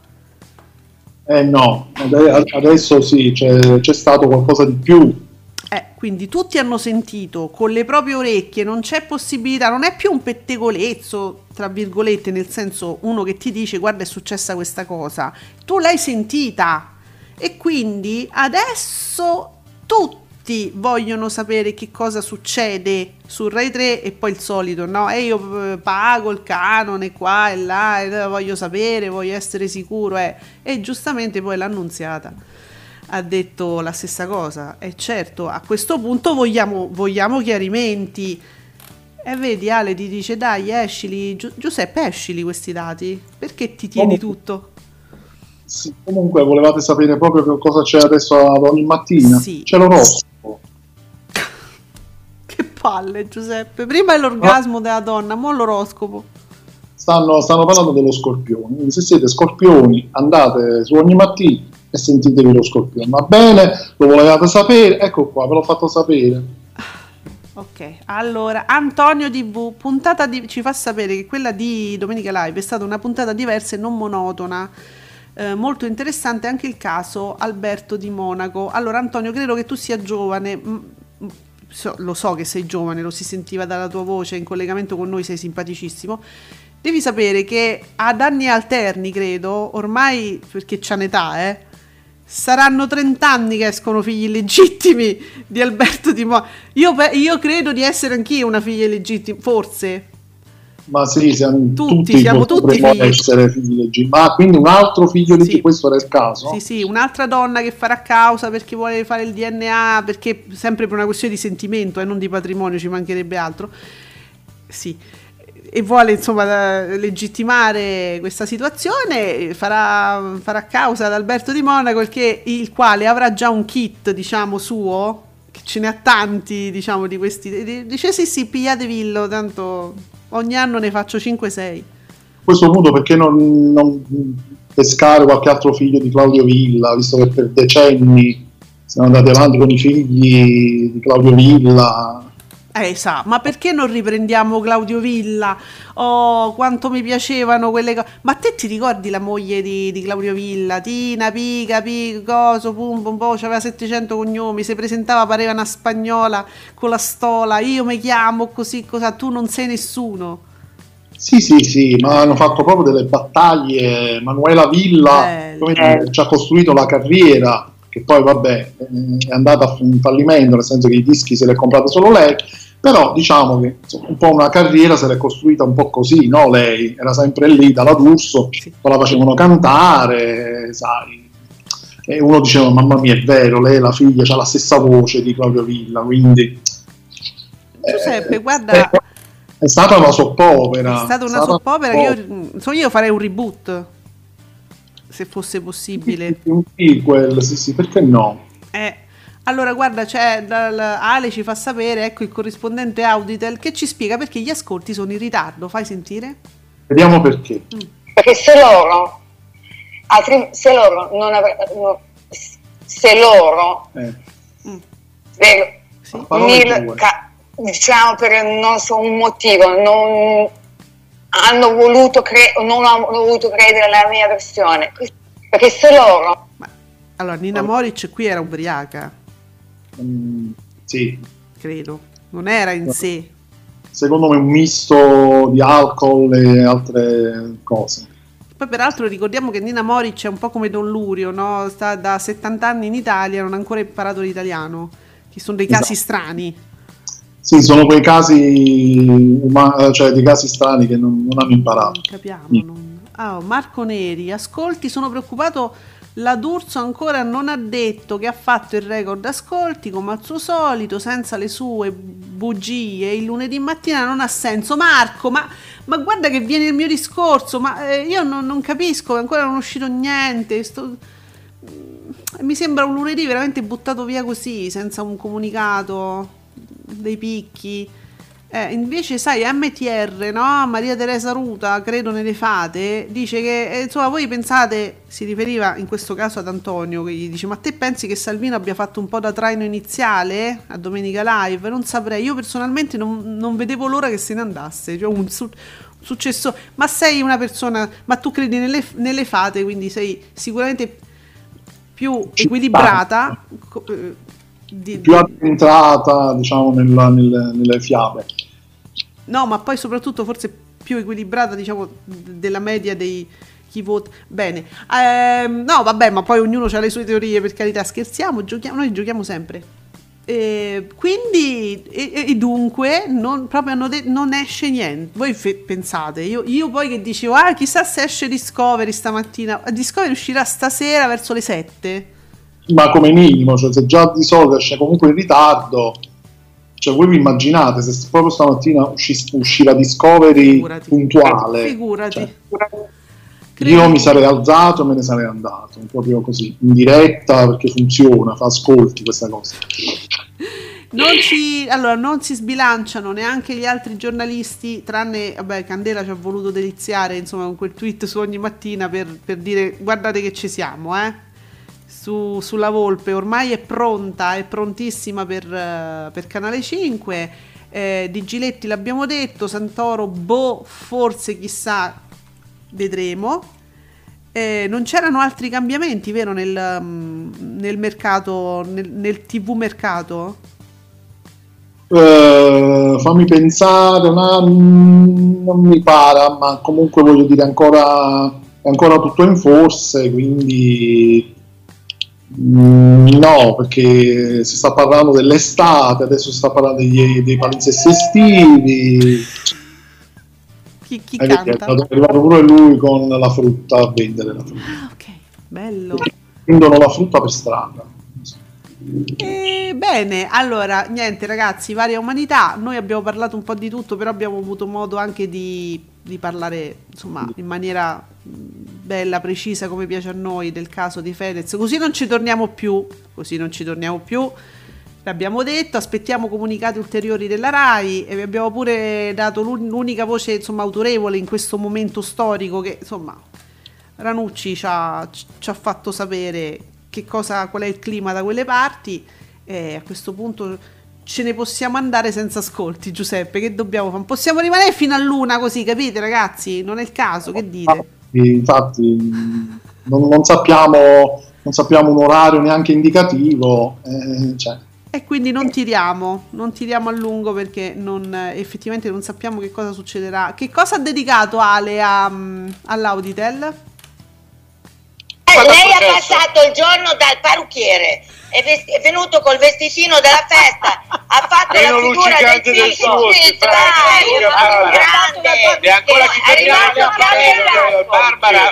Eh no, adesso sì, c'è, c'è stato qualcosa di più. Eh, quindi tutti hanno sentito con le proprie orecchie, non c'è possibilità, non è più un pettegolezzo, tra virgolette, nel senso uno che ti dice guarda è successa questa cosa, tu l'hai sentita e quindi adesso tutti vogliono sapere che cosa succede su Rai tre e poi il solito, no? E io pago il canone qua e là, e voglio sapere, voglio essere sicuro, eh. E giustamente poi l'Annunziata ha detto la stessa cosa, e certo a questo punto vogliamo, vogliamo chiarimenti, e vedi Ale ti dice dai escili, Gi- Giuseppe escili questi dati, perché ti tieni comunque, tutto? Sì, comunque volevate sapere proprio che cosa c'è adesso ad ogni mattina? Sì. C'è l'oroscopo. Che palle Giuseppe, prima è l'orgasmo ah. della donna, mo l'oroscopo. Stanno, stanno parlando dello Scorpione, quindi se siete Scorpioni andate su Ogni Mattina e sentitevi lo Scorpione, va bene? Lo volevate sapere? Ecco qua, ve l'ho fatto sapere. Ok, allora Antonio tivù, puntata di, ci fa sapere che quella di Domenica Live è stata una puntata diversa e non monotona, eh, molto interessante anche il caso Alberto di Monaco. Allora Antonio, credo che tu sia giovane, m- so, lo so che sei giovane, lo si sentiva dalla tua voce, in collegamento con noi sei simpaticissimo. Devi sapere che ad anni alterni, credo, ormai, perché c'ha un'età, eh, saranno trenta anni che escono figli illegittimi di Alberto Di Monaco. Io, io credo di essere anch'io una figlia illegittima, forse. Ma sì, siamo tutti, tutti siamo tutti figli. essere figli legittimi. Ma quindi un altro figlio di sì. questo era il caso? Sì, sì, un'altra donna che farà causa perché vuole fare il D N A, perché sempre per una questione di sentimento e eh, non di patrimonio, ci mancherebbe altro. Sì. E vuole insomma legittimare questa situazione, farà, farà causa ad Alberto Di Monaco, perché il quale avrà già un kit, diciamo, suo, che ce ne ha tanti, diciamo, di questi. Dice sì sì, pigliatevillo, tanto ogni anno ne faccio cinque sei. A questo punto perché non, non pescare qualche altro figlio di Claudio Villa, visto che per decenni siamo andati avanti con i figli di Claudio Villa. Eh, sa, ma perché non riprendiamo Claudio Villa? Oh, quanto mi piacevano quelle cose. Ma te ti ricordi la moglie di, di Claudio Villa? Tina, Pica, Pica, coso, pum, pum, pum, c'aveva settecento cognomi, si presentava, pareva una spagnola con la stola, io mi chiamo così, cosa, tu non sei nessuno. Sì, sì, sì, ma hanno fatto proprio delle battaglie. Manuela Villa eh, come eh. ci ha costruito la carriera, che poi vabbè è andata a un fallimento, nel senso che i dischi se li ha comprati solo lei, però diciamo che insomma, un po' una carriera se l'è costruita un po' così, no? Lei era sempre lì dalla D'Urso, poi la facevano cantare, sai, e uno diceva mamma mia, è vero, lei è la figlia, c'ha la stessa voce di Claudio Villa, quindi Giuseppe, eh, guarda, è, è stata una soppopera, è stata una stata soppopera che io, insomma, io farei un reboot se fosse possibile. un sequel, sì sì, perché no? Eh, allora guarda, c'è dal- Ale ci fa sapere, ecco il corrispondente Auditel che ci spiega perché gli ascolti sono in ritardo. Fai sentire? Vediamo perché. Perché se loro, altri, se loro non avrebbero, se loro, Eh, eh, Sì. parole mil- tue. ca- diciamo per non so un motivo, non hanno voluto cre- non hanno voluto credere alla mia versione, perché se loro Ma, allora, Nina Moric qui era ubriaca, Mm, sì, credo. Non era in sé. secondo me un misto di alcol e altre cose. Poi peraltro ricordiamo che Nina Moric è un po' come Don Lurio, no? Sta da settanta anni in Italia, non ha ancora imparato l'italiano. Ci sono dei casi Esatto. strani. Sì, sono quei casi, uma- cioè dei casi strani che non, non hanno imparato. Non capiamo. Sì. non- Ah, Marco Neri, ascolti, sono preoccupato. La D'Urso ancora non ha detto che ha fatto il record ascolti, come al suo solito, senza le sue bugie. Il lunedì mattina non ha senso. Marco, ma, ma guarda che viene il mio discorso, ma eh, io non, non capisco, ancora non è uscito niente. Sto... Mi sembra un lunedì veramente buttato via così, senza un comunicato, dei picchi. Eh, invece sai, M T R, no? Maria Teresa Ruta, credo nelle fate, dice che eh, insomma voi pensate, si riferiva in questo caso ad Antonio, che gli dice ma te pensi che Salvino abbia fatto un po' da traino iniziale a Domenica Live? Non saprei, io personalmente non, non vedevo l'ora che se ne andasse, cioè un, su- un successo, ma sei una persona, ma tu credi nelle, nelle fate, quindi sei sicuramente più equilibrata, co- eh, di- Più addentrata, diciamo, nella- nelle, nelle fiabe. no, ma poi soprattutto forse più equilibrata, diciamo, d- della media dei chi vota. Bene, Ehm, no, vabbè, ma poi ognuno ha le sue teorie, per carità, scherziamo, giochiamo, noi giochiamo sempre. Eh, quindi, e, e dunque, non, proprio hanno de- non esce niente. Voi fe- pensate, io, io poi che dicevo, ah, chissà se esce Discovery stamattina. Discovery uscirà stasera verso le sette. Ma come minimo, cioè se già di solito esce comunque in ritardo, cioè voi vi immaginate se proprio stamattina usci- usciva Discovery Figurati. puntuale, Figurati. cioè, Credo- io mi sarei alzato e me ne sarei andato, proprio così, in diretta, perché funziona, fa ascolti questa cosa. Non ci, allora, non si sbilanciano neanche gli altri giornalisti, tranne, vabbè, Candela ci ha voluto deliziare, insomma, con quel tweet su Ogni Mattina per, per dire guardate che ci siamo, eh. Su, sulla Volpe ormai è pronta, è prontissima per, eh, per Canale cinque. Eh, di Giletti l'abbiamo detto, Santoro, boh, forse chissà, vedremo. Eh, non c'erano altri cambiamenti, vero, nel, mm, nel mercato, nel, nel tivù mercato? Eh, fammi pensare, una- non mi pare, ma comunque voglio dire ancora, è ancora tutto in forse, quindi mm, no, perché si sta parlando dell'estate, adesso si sta parlando degli- dei palinsesti estivi. Chi, chi Hai visto? È canta? arrivato è arrivato pure lui con la frutta a vendere la frutta. Ah, ok, bello. Vendono la frutta per strada. E bene, allora, niente ragazzi, varia umanità, noi abbiamo parlato un po' di tutto, però abbiamo avuto modo anche di, di parlare, insomma, in maniera mh, bella, precisa, come piace a noi, del caso di Fedez, così non ci torniamo più, così non ci torniamo più, l'abbiamo detto, aspettiamo comunicati ulteriori della RAI e vi abbiamo pure dato l'un- l'unica voce, insomma, autorevole in questo momento storico che, insomma, Ranucci ci ha, ci ha fatto sapere che cosa, qual è il clima da quelle parti e a questo punto ce ne possiamo andare senza ascolti. Giuseppe, che dobbiamo fare? Possiamo rimanere fino a luna così, capite ragazzi? Non è il caso, che dite? Infatti non, non sappiamo non sappiamo un orario neanche indicativo, eh, cioè. E quindi non tiriamo, non tiriamo a lungo perché non, effettivamente non sappiamo che cosa succederà. Che cosa ha dedicato Ale a, all'Auditel? Eh, Ma lei ha passato il giorno dal parrucchiere, è, vest- è venuto col vestitino della festa, ha fatto la figura del figlio, il grande, e ancora ci fermiamo a Barbara,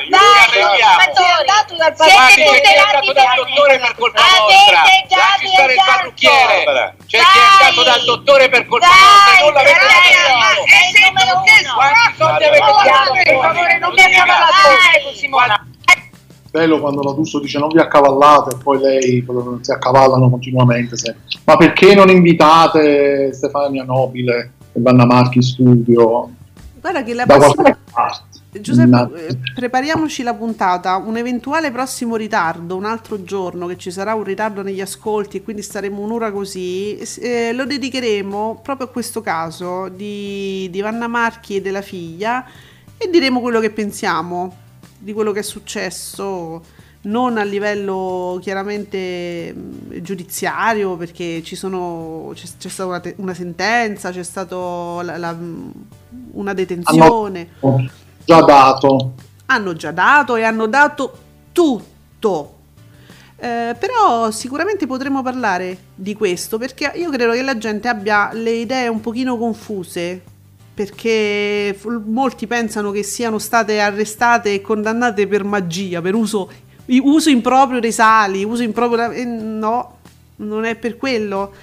siete tutelati dal dottore per colpa vostra, lasci stare il parrucchiere, c'è chi è stato dal dottore per colpa vostra e non l'avete fatto. E sei tu che Quanti soldi avete dato? per favore non mi accavallare con Simona. Bello quando la D'Urso dice non vi accavallate e poi lei si accavallano continuamente sempre. Ma perché non invitate Stefania Nobile e Vanna Marchi in studio? Guarda che la Da prossima... qualche parte. Giuseppe, No. eh, prepariamoci la puntata, un eventuale prossimo ritardo, un altro giorno che ci sarà un ritardo negli ascolti e quindi staremo un'ora così, eh, lo dedicheremo proprio a questo caso di, di Vanna Marchi e della figlia e diremo quello che pensiamo di quello che è successo, non a livello chiaramente mh, giudiziario, perché ci sono c'è, c'è stata una, te- una sentenza, c'è stata la, la, una detenzione. Hanno già dato. Hanno già dato e hanno dato tutto. Eh, però sicuramente potremo parlare di questo, perché io credo che la gente abbia le idee un pochino confuse, perché f- molti pensano che siano state arrestate e condannate per magia, per uso, uso improprio dei sali, uso improprio, eh, no, non è per quello.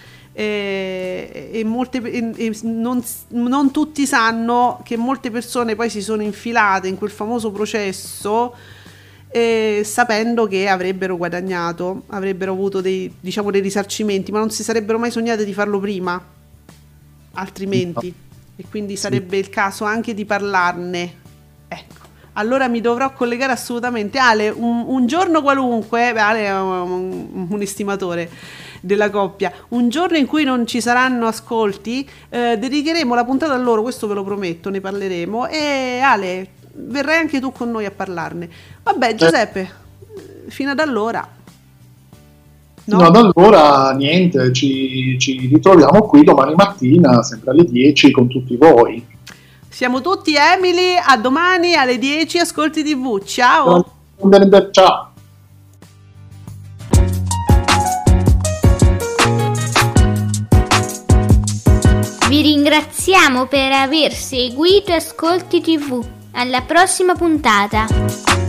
E, e molte, e, e non, non tutti sanno che molte persone poi si sono infilate in quel famoso processo eh, sapendo che avrebbero guadagnato, avrebbero avuto dei, diciamo, dei risarcimenti, ma non si sarebbero mai sognate di farlo prima, altrimenti. E quindi sarebbe il caso anche di parlarne. Ecco, allora mi dovrò collegare assolutamente. Ale, un, un giorno qualunque, beh, Ale è un, un estimatore della coppia, un giorno in cui non ci saranno ascolti, eh, dedicheremo la puntata a loro, questo ve lo prometto, ne parleremo. E Ale, verrai anche tu con noi a parlarne. Vabbè, Giuseppe, fino ad allora... No, ad allora niente, ci, ci ritroviamo qui domani mattina, sempre alle dieci, con tutti voi. Siamo tutti Emily, a domani alle dieci, Ascolti tivù, ciao! Ciao! Vi ringraziamo per aver seguito Ascolti tivù. Alla prossima puntata!